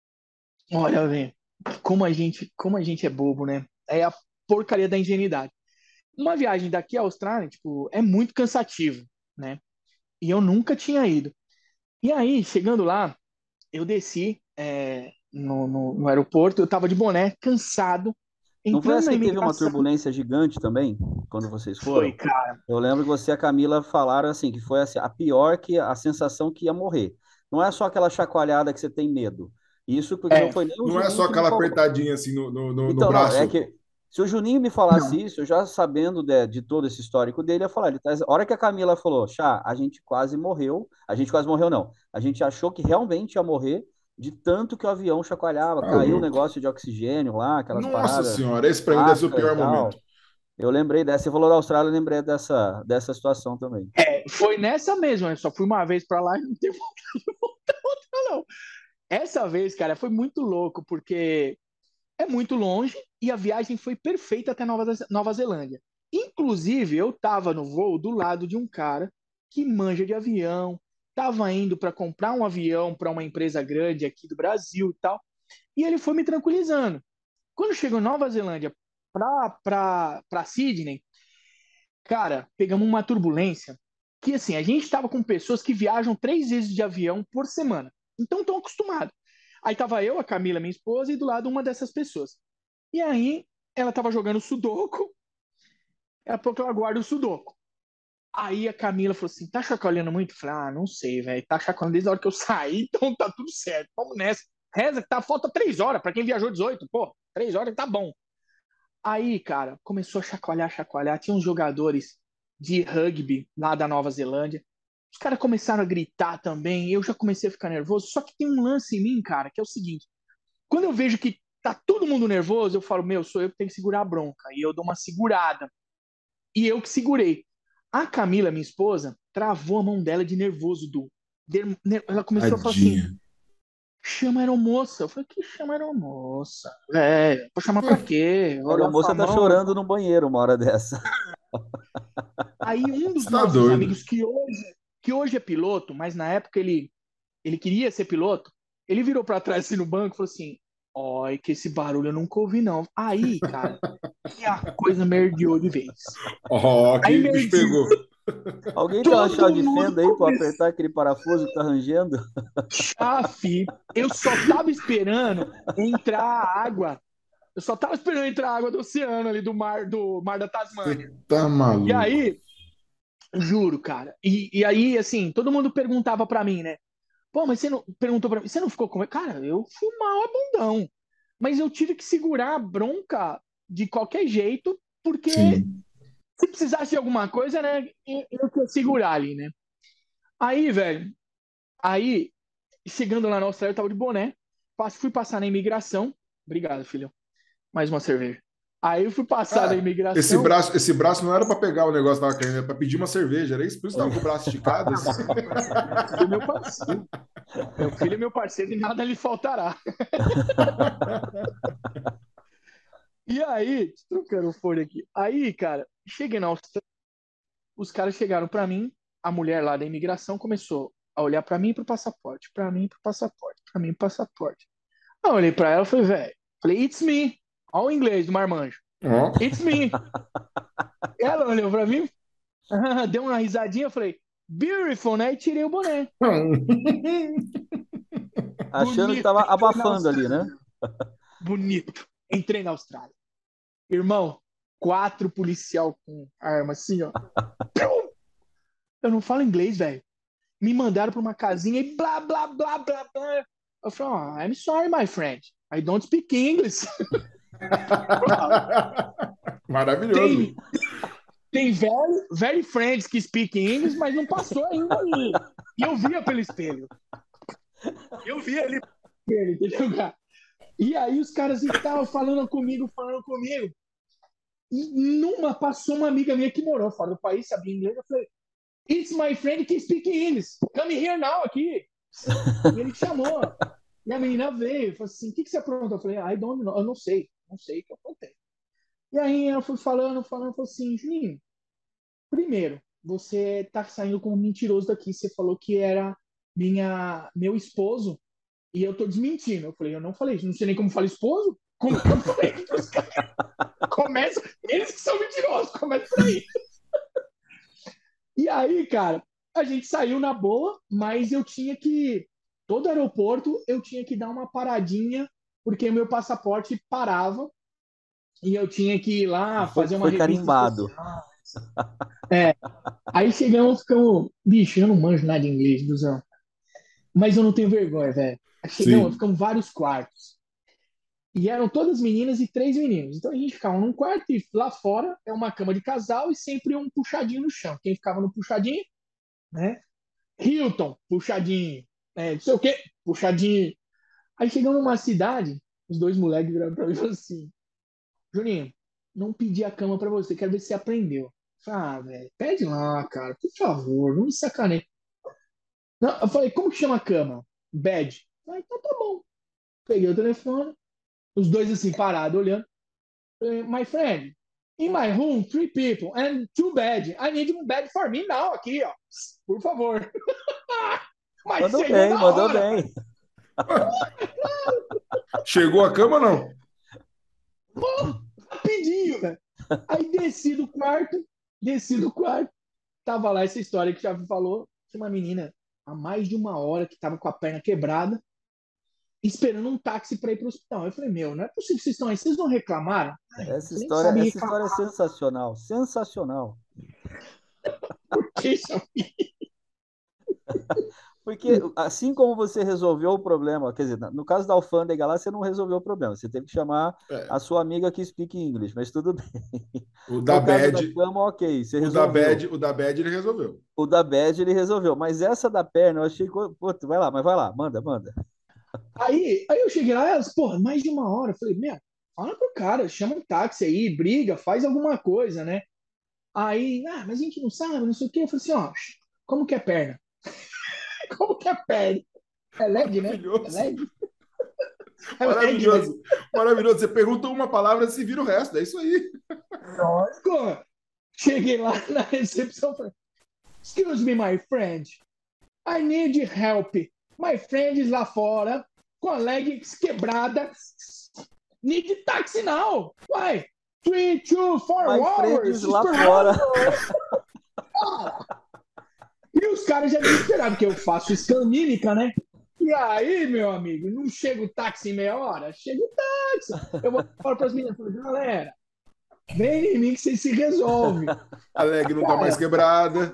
C: Olha, velho, como a gente, como a gente é bobo, né? É a porcaria da ingenuidade. Uma viagem daqui à Austrália, tipo, é muito cansativo, né? E eu nunca tinha ido. E aí, chegando lá, eu desci é, no, no, no aeroporto, eu tava de boné, cansado,
A: Não foi
C: entrando
A: essa
C: na
A: que teve uma
C: imigração.
A: turbulência gigante também, quando vocês
C: Foi,
A: foram?
C: cara.
A: Eu lembro que você e a Camila falaram assim, que foi assim, a pior que a sensação que ia morrer. Não é só aquela chacoalhada que você tem medo. Isso porque não
C: É,
A: foi nem o
B: Não é
A: Juninho
B: só
A: que me
B: aquela
A: falou.
B: apertadinha assim no, no, no, no
A: Então, não, é
B: braço.
A: que se o Juninho me falasse
C: não.
A: isso, eu já sabendo de, de todo esse histórico dele, eu ia falar, ele tá, a hora que a Camila falou, Chá, a gente quase morreu, a gente quase morreu não, a gente achou que realmente ia morrer de tanto que o avião chacoalhava,
B: Tá
A: caiu um
B: louco.
A: negócio de oxigênio lá, aquelas
B: Nossa
A: paradas,
B: senhora, esse pra mim deve ser o
A: máscara e
B: pior momento.
A: tal. Eu lembrei dessa, você falou da Austrália, eu lembrei dessa, dessa situação também.
C: É, foi nessa mesma, eu só fui uma vez pra lá e não teve outra, não. Essa vez, cara, foi muito louco, porque é muito longe e a viagem foi perfeita até Nova, Nova Zelândia. Inclusive, eu tava no voo do lado de um cara que manja de avião, tava indo para comprar um avião para uma empresa grande aqui do Brasil e tal, e ele foi me tranquilizando. Quando chegou em Nova Zelândia para Sydney, cara, pegamos uma turbulência que, assim, a gente estava com pessoas que viajam três vezes de avião por semana. Então, estão acostumados. Aí tava eu, a Camila, minha esposa, e do lado uma dessas pessoas. E aí, ela tava jogando sudoku, daqui a pouco ela guarda o sudoku. Aí a Camila falou assim, tá chacoalhando muito? Eu falei, ah, não sei, velho, tá chacoalhando desde a hora que eu saí, então tá tudo certo, vamos nessa. Reza que tá, falta três horas, pra quem viajou dezoito, pô, três horas tá bom. Aí, cara, começou a chacoalhar, chacoalhar. Tinha uns jogadores de rugby lá da Nova Zelândia. Os caras começaram a gritar também. Eu já comecei a ficar nervoso. Só que tem um lance em mim, cara, que é o seguinte: quando eu vejo que tá todo mundo nervoso, eu falo, meu, sou eu que tenho que segurar a bronca. E eu dou uma segurada. E eu que segurei. A Camila, minha esposa, travou a mão dela de nervoso, Du. Ela começou a falar assim:
B: Tadinha.
C: chama a aeromoça. Eu falei, que chama a aeromoça? É, vou chamar pra quê?
A: A
C: Vou olhar
A: aeromoça
C: sua
A: tá
C: mão.
A: chorando no banheiro uma hora dessa.
C: Aí um dos
B: Você tá
C: nossos
B: doido.
C: amigos, que hoje, que hoje é piloto, mas na época ele, ele queria ser piloto, ele virou pra trás assim no banco e falou assim: Oi, que esse barulho eu nunca ouvi, não. Aí, cara, que a coisa merdeou de vez.
B: Ó,
C: Aí
B: que bicho
C: merdeou,
B: pegou.
A: Alguém tem uma chave
C: todo
A: de
C: mundo
A: fenda aí para
C: começou
A: apertar aquele parafuso que tá rangendo?
C: a fi. Eu só tava esperando entrar a água. Eu só tava esperando entrar a água do oceano ali, do mar, do mar da Tasmânia.
B: Você tá
C: E
B: maluco.
C: aí, juro, cara. E, e aí, assim, todo mundo perguntava pra mim, né? Pô, mas você não perguntou pra mim, você não ficou com. Cara, eu fui mal a bundão. Mas eu tive que segurar a bronca de qualquer jeito, porque
B: Sim.
C: se precisasse de alguma coisa, né, eu eu ia segurar ali, né? Aí, velho, aí, chegando lá na Austrália, eu tava de boné, pass- fui passar na imigração. Obrigado, filho. Mais uma cerveja. Aí eu fui passar na
B: Ah, esse
C: imigração.
B: braço, esse braço não era para pegar o negócio que tava caindo, era para pedir uma cerveja. Era isso? Por isso tava com o braço esticado, assim.
C: Meu filho é meu parceiro. Meu filho é meu parceiro e nada lhe faltará. E aí, trocando o fone aqui. Aí, cara, cheguei na Austrália, os caras chegaram pra mim, a mulher lá da imigração começou a olhar pra mim e pro passaporte, pra mim e pro passaporte, pra mim e pro passaporte. Aí eu olhei pra ela e falei, velho, falei, it's me. Olha o inglês do marmanjo.
B: Ó.
C: It's me. Ela olhou pra mim, deu uma risadinha, eu falei, beautiful, né? E tirei o boné.
A: Achando que
C: Bonito.
A: tava
C: Entrei na
A: abafando ali, né?
C: Austrália. Bonito. Entrei na Austrália. Irmão, quatro policial com arma assim, ó. Eu não falo inglês, velho. Me mandaram pra uma casinha e blá, blá, blá, blá, blá. Eu falei, oh, I'm sorry, my friend. I don't speak English.
B: Maravilhoso.
C: Tem, tem very, very friends que speak English, mas não passou ainda ali. E eu via pelo espelho. Eu via ele pelo espelho, entendeu, cara? E aí os caras estavam falando comigo, falando comigo. E numa passou uma amiga minha que morou fora do país, sabia inglês. Eu falei, it's my friend que speak English. Come here now, aqui. E ele chamou. E a menina veio. Falou assim, o que, que você aprontou? Eu falei, I don't know. Eu não sei. Não sei o que eu aprontei. E aí ela foi falando, falando, falou assim, Juninho, primeiro, você tá saindo como mentiroso daqui. Você falou que era minha, meu esposo e eu tô desmentindo. Eu falei, eu não falei isso. Não sei nem como fala esposo. Como que eu falei? Começa, eles que são mentirosos. Começa por aí. E aí, cara, a gente saiu na boa, mas eu tinha que... Todo aeroporto eu tinha que dar uma paradinha, porque meu passaporte parava e eu tinha que ir lá
A: Foi,
C: fazer uma
A: foi
C: revista
A: carimbado.
C: especial. É. Aí chegamos, ficamos... Bicho, eu não manjo nada de inglês, Duzão. Mas eu não tenho vergonha, velho. Aí chegamos,
B: Sim.
C: ficamos vários quartos. E eram todas meninas e três meninos. Então a gente ficava num quarto e lá fora é uma cama de casal e sempre um puxadinho no chão. Quem ficava no puxadinho, né? Hilton, puxadinho. É, não sei o quê, puxadinho. Aí chegamos numa cidade, os dois moleques viraram pra mim e falaram assim: Juninho, não pedi a cama pra você, quero ver se você aprendeu. Eu falei, ah, velho, pede lá, cara, por favor, não me sacaneie. Não, eu falei, como que chama a cama? Bed. Ah, então tá bom. Peguei o telefone, os dois assim, parados, olhando. Falei, my friend, in my room, three people and two bed. I need one bed for me now, aqui, ó. Por favor. Mas
A: Mandou
C: chegou
A: bem,
C: na
A: mandou
C: hora.
A: bem.
B: Chegou a cama ou não?
C: Rapidinho, velho. Aí desci do quarto, desci do quarto. Tava lá essa história que já falou. Tinha uma menina há mais de uma hora que tava com a perna quebrada, esperando um táxi para ir pro hospital. Eu falei, meu, não é possível que vocês estão aí. Vocês não reclamaram? Ai,
A: Essa
C: você nem
A: história,
C: sabe
A: essa
C: reclamar.
A: história é sensacional, sensacional.
C: Por que, Xavi?
A: Porque assim como você resolveu o problema, quer dizer, no caso da alfândega lá, você não resolveu o problema, você teve que chamar
B: É.
A: a sua amiga que speak English, mas tudo bem.
B: O da
A: No caso da
B: bad,
A: cama, ok, você
B: o da
A: resolveu.
B: bad, o da bad ele resolveu.
A: O da bad ele resolveu, mas essa da perna eu achei que, pô, vai lá, mas vai lá, manda, manda.
C: Aí, aí eu cheguei lá, elas, porra, mais de uma hora. Eu falei, meu, fala pro cara, chama um táxi aí, briga, faz alguma coisa, né? Aí, ah, mas a gente não sabe, não sei o quê. Eu falei assim, ó, como que é perna? Como que é perna? É leg, né? É
B: Maravilhoso.
C: leg? É leg, né?
B: Maravilhoso. Maravilhoso. Você pergunta uma palavra e se vira o resto. É isso aí.
C: Lógico. Cheguei lá na recepção e falei, excuse me, my friend. I need help. My friend is lá fora, com a leg quebrada. Need taxi now. Why? Three, two, four
A: My friend
C: hours.
A: is lá fora.
C: E os caras já desesperaram, porque eu faço escamímica, né? E aí, meu amigo, não chega o táxi em meia hora? Chega o táxi. Eu vou falar para as meninas, falo, galera, vem em mim que vocês se resolvem.
B: A leg não tá mais quebrada.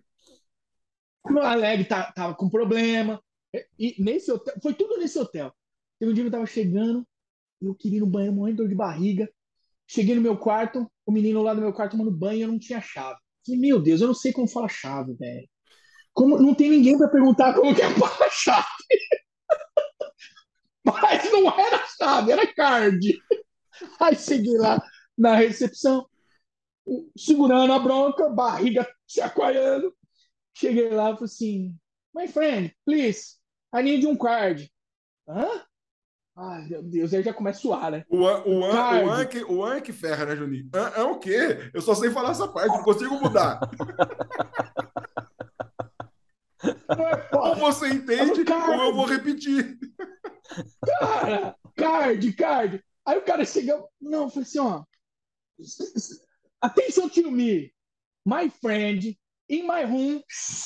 C: A leg tá, tava com problema. E nesse hotel, foi tudo nesse hotel. Teve um dia que eu tava chegando, eu queria ir no banheiro, morrendo de dor de barriga. Cheguei no meu quarto, o menino lá no meu quarto tomando banho e eu não tinha chave. Falei, meu Deus, eu não sei como fala chave, velho. Como, não tem ninguém para perguntar como que é a chave. Mas não era chave, era card. Aí cheguei lá na recepção, segurando a bronca, barriga chacoalhando. Cheguei lá e falei assim, my friend, please, I need um card. Hã? Ai, meu Deus, aí já começa a suar, né?
B: O an, o an,
C: Card.
B: o an, que, o an que ferra, né, Juninho? An, an o quê? Eu só sei falar essa parte, não consigo mudar. Ou você entende, ou eu vou repetir.
C: Cara, card, card. Aí o cara chega, não, eu falei assim, ó, attention to me, my friend, in my room.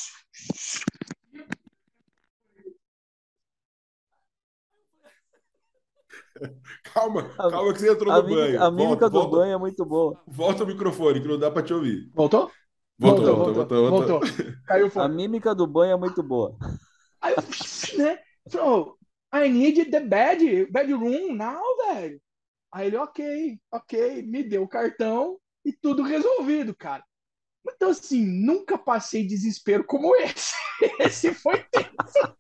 B: Calma,
A: A,
B: calma que você entrou
A: a
B: no
A: mímica,
B: banho.
A: a mímica
B: Volta,
A: do
B: volta,
A: banho é muito boa.
B: volta o microfone, que não dá para te ouvir.
C: Voltou?
B: Voltou,
C: Voltou,
B: voltou, voltou.
C: voltou.
B: voltou.
C: voltou. Caiu
A: A
C: fora.
A: mímica do banho é muito boa.
C: Aí eu, né? Falou, I need the bed, bedroom now, velho. Aí ele, ok, ok, me deu o cartão e tudo resolvido, cara. Então, assim, nunca passei desespero como esse. Esse foi tenso.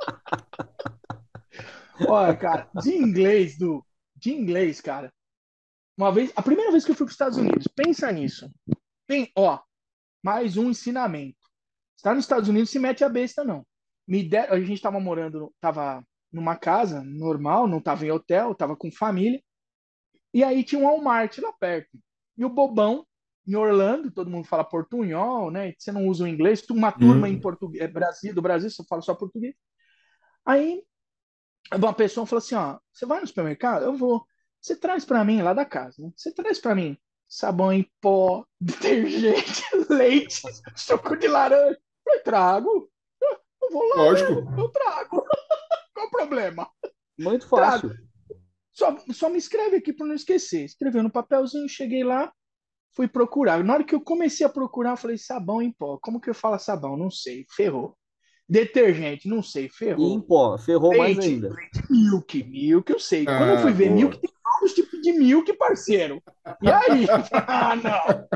C: Olha, cara, de inglês, do, de inglês, cara. Uma vez, a primeira vez que eu fui para os Estados Unidos, pensa nisso. Tem, ó, mais um ensinamento. Está nos Estados Unidos, se mete a besta, não. Me de... A gente estava morando, estava numa casa normal, não estava em hotel, estava com família. E aí tinha um Walmart lá perto. E o bobão, em Orlando, todo mundo fala portunhol, né? Você não usa o inglês, uma turma em
B: Hum.
C: português, Brasil, do Brasil, você fala só português. Aí uma pessoa falou assim, ó, você vai no supermercado? Eu vou. Você traz para mim lá da casa, né? Você traz para mim sabão em pó, detergente, leite, suco de laranja. Eu trago. Eu vou lá,
B: Lógico.
C: né? Eu trago. Qual o problema?
A: Muito
C: Trago.
A: fácil.
C: Só, só me escreve aqui para não esquecer. Escreveu no papelzinho, cheguei lá, fui procurar. Na hora que eu comecei a procurar, eu falei sabão em pó. Como que eu falo sabão? Não sei. Ferrou. Detergente, não sei.
A: E em
C: Ferrou.
A: pó, ferrou mais
C: Leite,
A: ainda.
C: leite, milk, milk, eu sei. Quando eu
B: Ah,
C: fui ver milk,
B: boa.
C: tem vários tipos de milk, parceiro. E aí? Ah, não.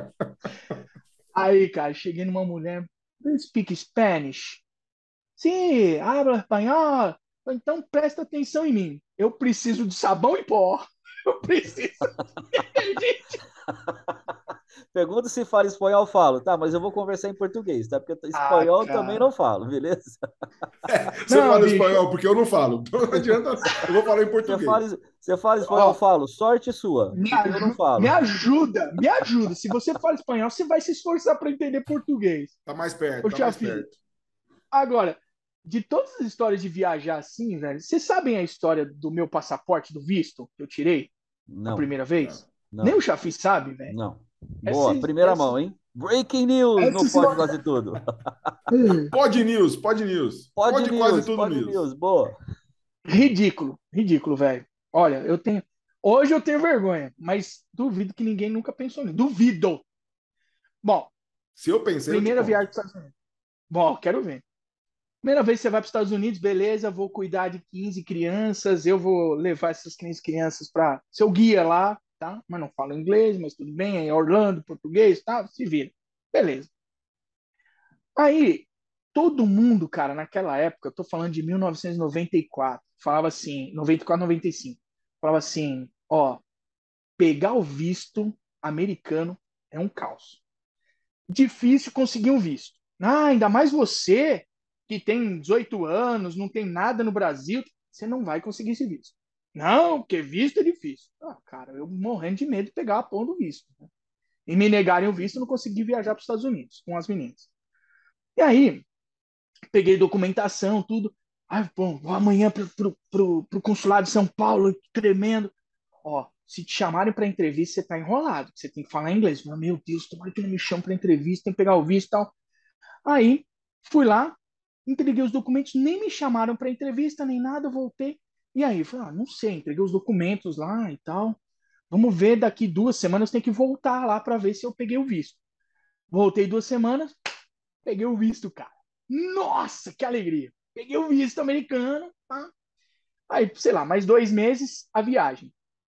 C: Aí, cara, cheguei numa mulher. Do you speak Spanish? Sim, habla espanhol. Então presta atenção em mim. Eu preciso de sabão em pó. Eu preciso de detergente.
A: Pergunta se fala espanhol, eu falo. Tá, mas eu vou conversar em português, tá? Porque
C: Ah,
A: espanhol eu também não
C: cara.
A: falo, beleza?
B: Você
C: Não,
B: fala
C: bicho.
B: espanhol porque eu não falo. Então não adianta. Eu vou falar em
A: Você fala,
B: português.
A: você fala espanhol, eu
C: Ó,
A: falo. Sorte sua,
C: me,
A: porque eu não
C: aju me
A: falo.
C: ajuda, me ajuda. Se você fala espanhol, você vai se esforçar para entender português.
B: Tá mais perto,
C: Ô,
B: tá mais
C: Chafi,
B: perto.
C: agora, de todas as histórias de viajar assim, velho, vocês sabem a história do meu passaporte, do visto que eu tirei a
A: Não,
C: primeira
B: Não.
C: vez? Nem o
A: não,
C: Chafi sabe, velho.
A: não.
C: Essa,
A: Boa, primeira
C: essa,
A: mão, hein? Breaking news
C: essa
A: no Pode
C: história.
A: Quase Tudo.
B: Pod News, Pod News.
A: Pod
B: Pode quase
A: news,
B: tudo
A: Pod
B: news.
A: news, boa.
C: Ridículo, ridículo, velho. Olha, eu tenho. Hoje eu tenho vergonha, mas duvido que ninguém nunca pensou nisso. Duvido. Bom,
B: Se eu pensei, eu te
C: primeira
B: conto.
C: viagem para os Estados Unidos. Bom, quero ver. Primeira vez que você vai para os Estados Unidos, beleza, vou cuidar de quinze crianças, eu vou levar essas quinze crianças para seu guia lá, tá? Mas não falo inglês, mas tudo bem, é Orlando, português, tá? Se vira. Beleza. Aí, todo mundo, cara, naquela época, eu tô falando de mil novecentos e noventa e quatro, falava assim, noventa e quatro, noventa e cinco, falava assim, ó, pegar o visto americano é um caos. Difícil conseguir um visto. Ah, ainda mais você que tem dezoito anos, não tem nada no Brasil, você não vai conseguir esse visto. Não, porque visto é difícil. Ah, cara, eu morrendo de medo de pegar a porra do visto, né? E me negarem o visto, eu não consegui viajar para os Estados Unidos com as meninas. E aí, peguei documentação, tudo. Ai, bom, vou amanhã pro, pro, pro, pro consulado de São Paulo, tremendo. Ó, se te chamarem para entrevista, você tá enrolado, você tem que falar inglês. Meu Deus, tomara que não me chamem para entrevista, tem que pegar o visto e tal. Aí, fui lá, entreguei os documentos, nem me chamaram para entrevista, nem nada, voltei. E aí, falei, ah, não sei, entreguei os documentos lá e tal. Vamos ver, daqui duas semanas tem que voltar lá para ver se eu peguei o visto. Voltei duas semanas, peguei o visto, cara. Nossa, que alegria! Peguei o visto americano, tá? Aí, sei lá, mais dois meses, a viagem.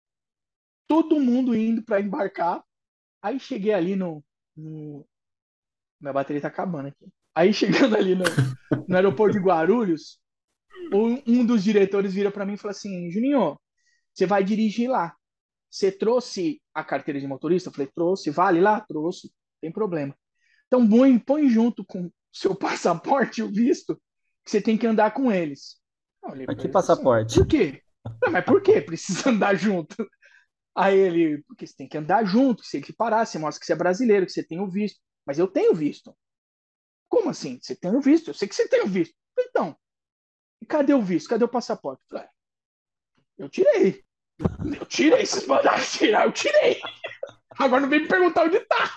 C: Todo mundo indo para embarcar. Aí cheguei ali no, no. Minha bateria tá acabando aqui. Aí chegando ali no, no aeroporto de Guarulhos, um, um dos diretores vira para mim e fala assim: Juninho, você vai dirigir lá. Você trouxe a carteira de motorista? Eu falei: trouxe. Vale lá? Trouxe. Não tem problema. Então põe, põe junto com seu passaporte o visto que você tem que andar com eles. Eu olhei
A: Mas
C: para
A: que
C: eles assim:
A: passaporte?
C: por quê? Não, mas por que precisa andar junto? Aí ele, porque você tem que andar junto, se ele te parar, você mostra que você é brasileiro, que você tem o visto. Mas eu tenho visto. Como assim? Você tem o visto? Eu sei que você tem o visto. Então, e cadê o visto? Cadê o passaporte? Eu falei, eu tirei. Eu tirei, vocês mandaram tirar, eu tirei. Agora não vem me perguntar onde tá.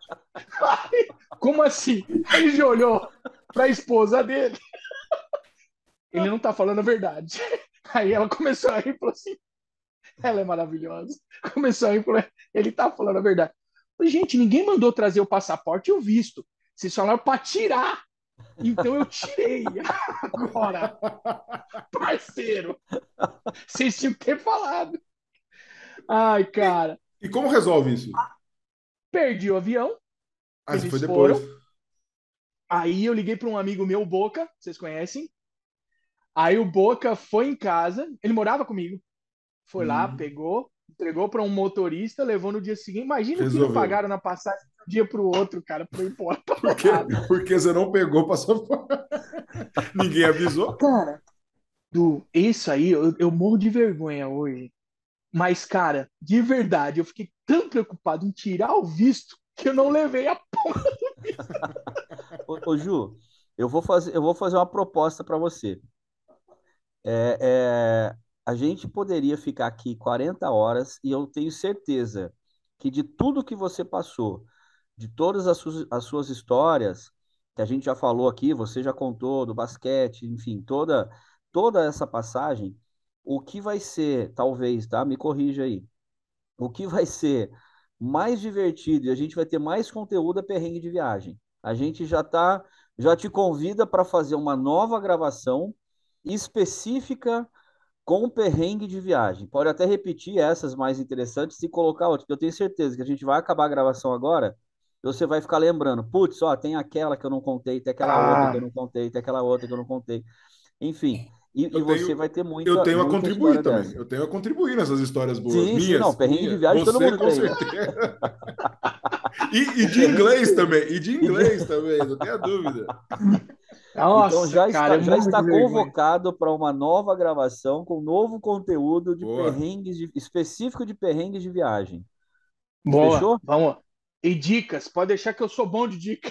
C: Aí, como assim? Aí ele já olhou pra esposa dele. Ele não tá falando a verdade. Aí ela começou a rir e falou assim, ela é maravilhosa. Começou a rir e falou, ele tá falando a verdade. Eu falei, gente, ninguém mandou trazer o passaporte e o visto. Vocês falaram pra tirar. Então eu tirei. Agora, parceiro. Vocês tinham que ter falado. Ai, cara.
B: E como resolve isso?
C: Perdi o avião,
B: Ah, isso foi
C: eles
B: depois.
C: foram. Aí eu liguei para um amigo meu, o Boca, vocês conhecem. Aí o Boca foi em casa, ele morava comigo. Foi lá,
B: Hum,
C: pegou, entregou para um motorista, levou no dia seguinte. Imagina o que não
B: resolveu.
C: pagaram na passagem de um dia para o outro, cara, para eu ir embora para
B: Porque,
C: balada.
B: porque você não pegou, passou fora. Ninguém avisou.
C: Cara, do, isso aí, eu, eu morro de vergonha hoje. Mas, cara, de verdade, eu fiquei tão preocupado em tirar o visto que eu não levei a porra do visto.
A: Ô, ô, Ju, eu vou fazer, eu vou fazer uma proposta para você. É, é, a gente poderia ficar aqui quarenta horas e eu tenho certeza que de tudo que você passou, de todas as suas, as suas histórias, que a gente já falou aqui, você já contou do basquete, enfim, toda, toda essa passagem, o que vai ser, talvez, tá? Me corrija aí. O que vai ser mais divertido e a gente vai ter mais conteúdo é perrengue de viagem. A gente já tá, já te convida para fazer uma nova gravação específica com perrengue de viagem. Pode até repetir essas mais interessantes e colocar outras, porque eu tenho certeza que a gente vai acabar a gravação agora, e você vai ficar lembrando, putz, ó, tem aquela que eu não contei, tem aquela outra que eu
C: Ah,
A: não contei, tem aquela outra que eu não contei. Enfim, e, e
B: Eu
A: você
B: tenho,
A: vai ter
B: eu
A: muita,
B: tenho a
A: muita
B: contribuir
A: história
B: também.
A: dessa.
B: Eu tenho a contribuir nessas histórias boas.
A: Sim, sim, não,
B: Minhas,
A: perrengue de
B: minhas.
A: viagem todo
B: Você
A: mundo
B: com
A: tem.
B: certeza. E, e de
A: Perrengue.
B: inglês também. E de
A: E de-
B: inglês também, não tenha dúvida.
A: Então
C: nossa,
A: já
C: cara,
A: está,
C: eu
A: já
C: morro
A: está
C: de vergonha.
A: convocado para uma nova gravação com novo conteúdo de
B: Boa.
A: perrengues de- específico de perrengues de viagem.
C: Boa,
A: Fechou?
C: vamos. E dicas, pode deixar que eu sou bom de dica.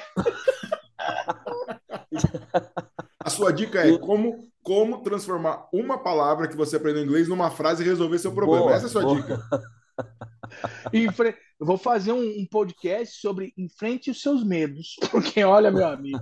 B: A sua dica é
A: E-
B: como, como transformar uma palavra que você aprendeu em inglês numa frase e resolver seu problema. Essa é
A: boa,
B: a sua
A: boa.
B: dica.
C: Enfre- Eu vou fazer um, um podcast sobre enfrente os seus medos, porque olha, meu amigo.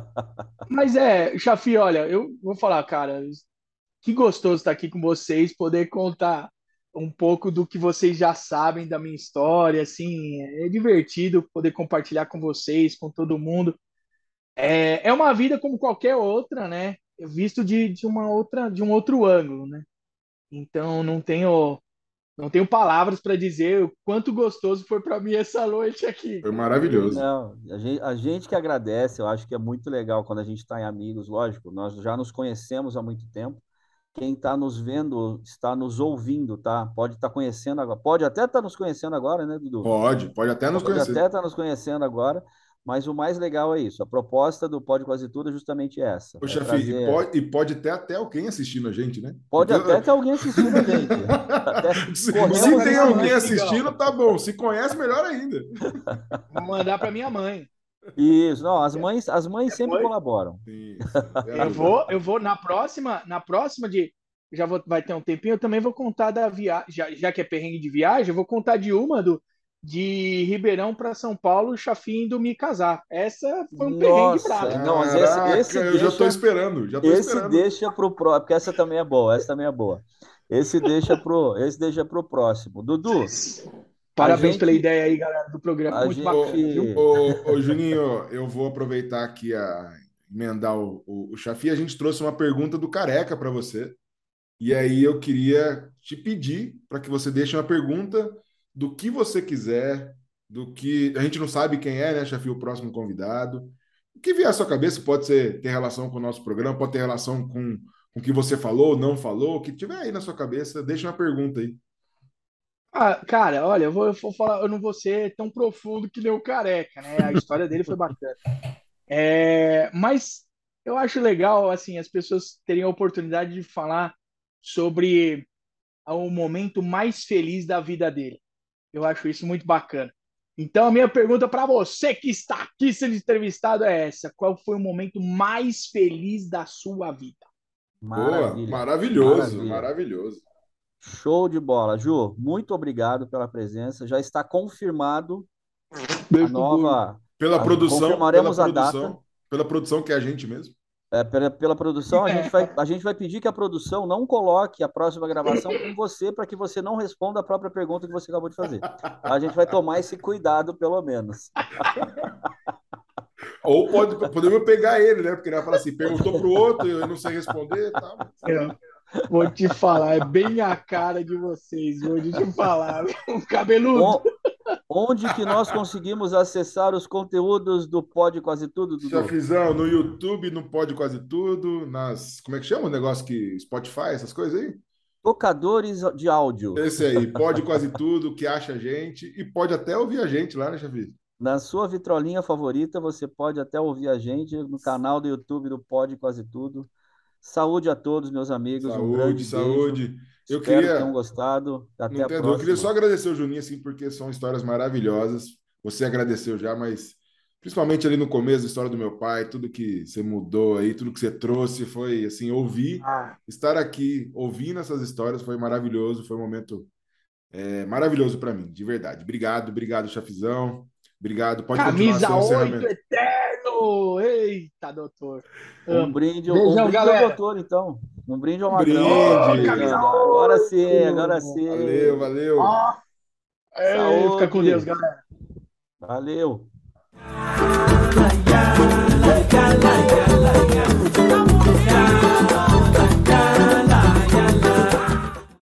C: Mas é, Chafi, olha, eu vou falar, cara, que gostoso estar aqui com vocês, poder contar um pouco do que vocês já sabem da minha história, assim, é divertido poder compartilhar com vocês, com todo mundo. É, é uma vida como qualquer outra, né? Visto de, de uma outra, de um outro ângulo, né? Então não tenho, não tenho palavras para dizer o quanto gostoso foi para mim essa noite aqui,
B: Foi
C: cara. Eu,
B: maravilhoso.
A: Não, a gente, a gente que agradece, eu acho que é muito legal quando a gente está em amigos, lógico, nós já nos conhecemos há muito tempo. Quem está nos vendo, está nos ouvindo, tá? Pode estar conhecendo agora, pode até estar nos conhecendo agora, né, Dudu?
B: Pode, pode até nos
A: Pode
B: conhecer.
A: até estar nos conhecendo agora, mas o mais legal é isso. A proposta do Pode Quase Tudo é justamente essa,
B: Ô,
A: é
B: Chafi, e
A: trazer.
B: pode, e pode ter até alguém assistindo a gente, né?
A: Pode
B: Porque
A: até ter alguém assistindo a gente. Até
B: se,
C: mandar
B: se
A: corremos
C: para
B: tem
C: minha
A: esse
B: alguém
C: mãe,
A: risco.
C: amigão.
B: assistindo, tá bom. Se conhece, melhor ainda.
C: Vou mandar para minha mãe.
A: Isso, não, as mães, as mães sempre
C: Depois,
A: colaboram.
B: Sim, sim, não tenha
C: eu
B: dúvida.
C: vou, eu vou na próxima, na próxima de já vou, vai ter um tempinho, eu também vou contar da viagem, já, já que é perrengue de viagem, eu vou contar de uma do de Ribeirão para São Paulo, Chafim indo me casar. Essa foi um perrengue
A: Nossa,
C: brabo.
A: não, mas esse,
B: Caraca,
A: esse
B: eu já tô
A: deixa,
B: esperando, já tô
A: esse
B: esperando.
A: deixa pro próximo, porque essa também é boa, essa também é boa. Esse deixa pro, esse deixa pro próximo. Dudu, a
C: Parabéns pela
A: gente,
C: ideia aí, galera, do programa.
A: a
C: Muito
B: Ô,
C: bacana, viu?
A: gente,
B: ô, ô, Juninho, eu vou aproveitar aqui a emendar o, o, o Chafi. A gente trouxe uma pergunta do Careca para você. E aí eu queria te pedir para que você deixe uma pergunta do que você quiser, do que a gente não sabe quem é, né, Chafi, o próximo convidado. O que vier à sua cabeça pode ser ter relação com o nosso programa, pode ter relação com, com o que você falou, não falou, o que tiver aí na sua cabeça, deixa uma pergunta aí.
C: Ah, cara, olha, eu vou, eu vou falar, eu não vou ser tão profundo que nem o Careca, né? A história dele foi bacana. É, mas eu acho legal, assim, as pessoas terem a oportunidade de falar sobre o momento mais feliz da vida dele. Eu acho isso muito bacana. Então, a minha pergunta para você que está aqui sendo entrevistado é essa: qual foi o momento mais feliz da sua vida?
B: Boa,
A: maravilha,
B: maravilhoso,
A: maravilha.
B: maravilhoso.
A: Show de bola. Ju, muito obrigado pela presença. Já está confirmado a
C: Beijo pro gordo.
A: nova.
B: Pela
A: a-
B: produção, pela
A: confirmaremos a data.
B: produção, pela produção que é a gente mesmo.
A: É, pela, pela produção, a gente vai, a gente vai pedir que a produção não coloque a próxima gravação com você para que você não responda a própria pergunta que você acabou de fazer. A gente vai tomar esse cuidado, pelo menos.
B: Ou pode, podemos pegar ele, né? Porque ele vai falar assim, perguntou para o outro, eu não sei responder e tal.
C: É. Vou te falar, é bem a cara de vocês, vou te falar. Cabeludo.
A: O- Onde que nós conseguimos acessar os conteúdos do Pode Quase Tudo, Dudu?
B: Chafizão, no YouTube, no Pode Quase Tudo, nas. Como é que chama o negócio que. Spotify, essas coisas aí?
A: Tocadores de áudio.
B: Esse aí, Pode Quase Tudo, que acha a gente e pode até ouvir a gente lá, né, Chafiz?
A: Na sua vitrolinha favorita, você pode até ouvir a gente no canal do YouTube do Pode Quase Tudo. Saúde a todos, meus amigos. Um
B: Saúde,
A: grande beijo.
B: saúde. Eu
A: Espero que tenham
B: queria.
A: gostado. Até
B: Não
A: a
B: tem dúvida. Eu queria só
A: próxima.
B: agradecer o Juninho, assim, porque são histórias maravilhosas. Você agradeceu já, mas principalmente ali no começo, a história do meu pai, tudo que você mudou aí, tudo que você trouxe, foi assim, ouvir,
C: Ah,
B: estar aqui ouvindo essas histórias foi maravilhoso, foi um momento é, maravilhoso para mim, de verdade. Obrigado, obrigado, Chafizão. Obrigado. Pode continuar
C: camisa
B: seu
C: oito
B: encerramento.
C: eterno! Eita, doutor.
A: Um
C: Amo.
A: brinde, um
C: Beijão,
A: brinde ao
C: galera.
A: doutor, então. Um brinde ao
B: Um
A: Magrão.
C: Ô,
B: brinde.
C: camisa
A: Beleza. Agora sim, agora
C: oito!
B: Valeu,
A: sim.
B: valeu.
C: Ó, ei, fica com Deus,
A: Saúde.
C: galera.
A: Valeu.
D: la ya, la ya, la ya, la ya.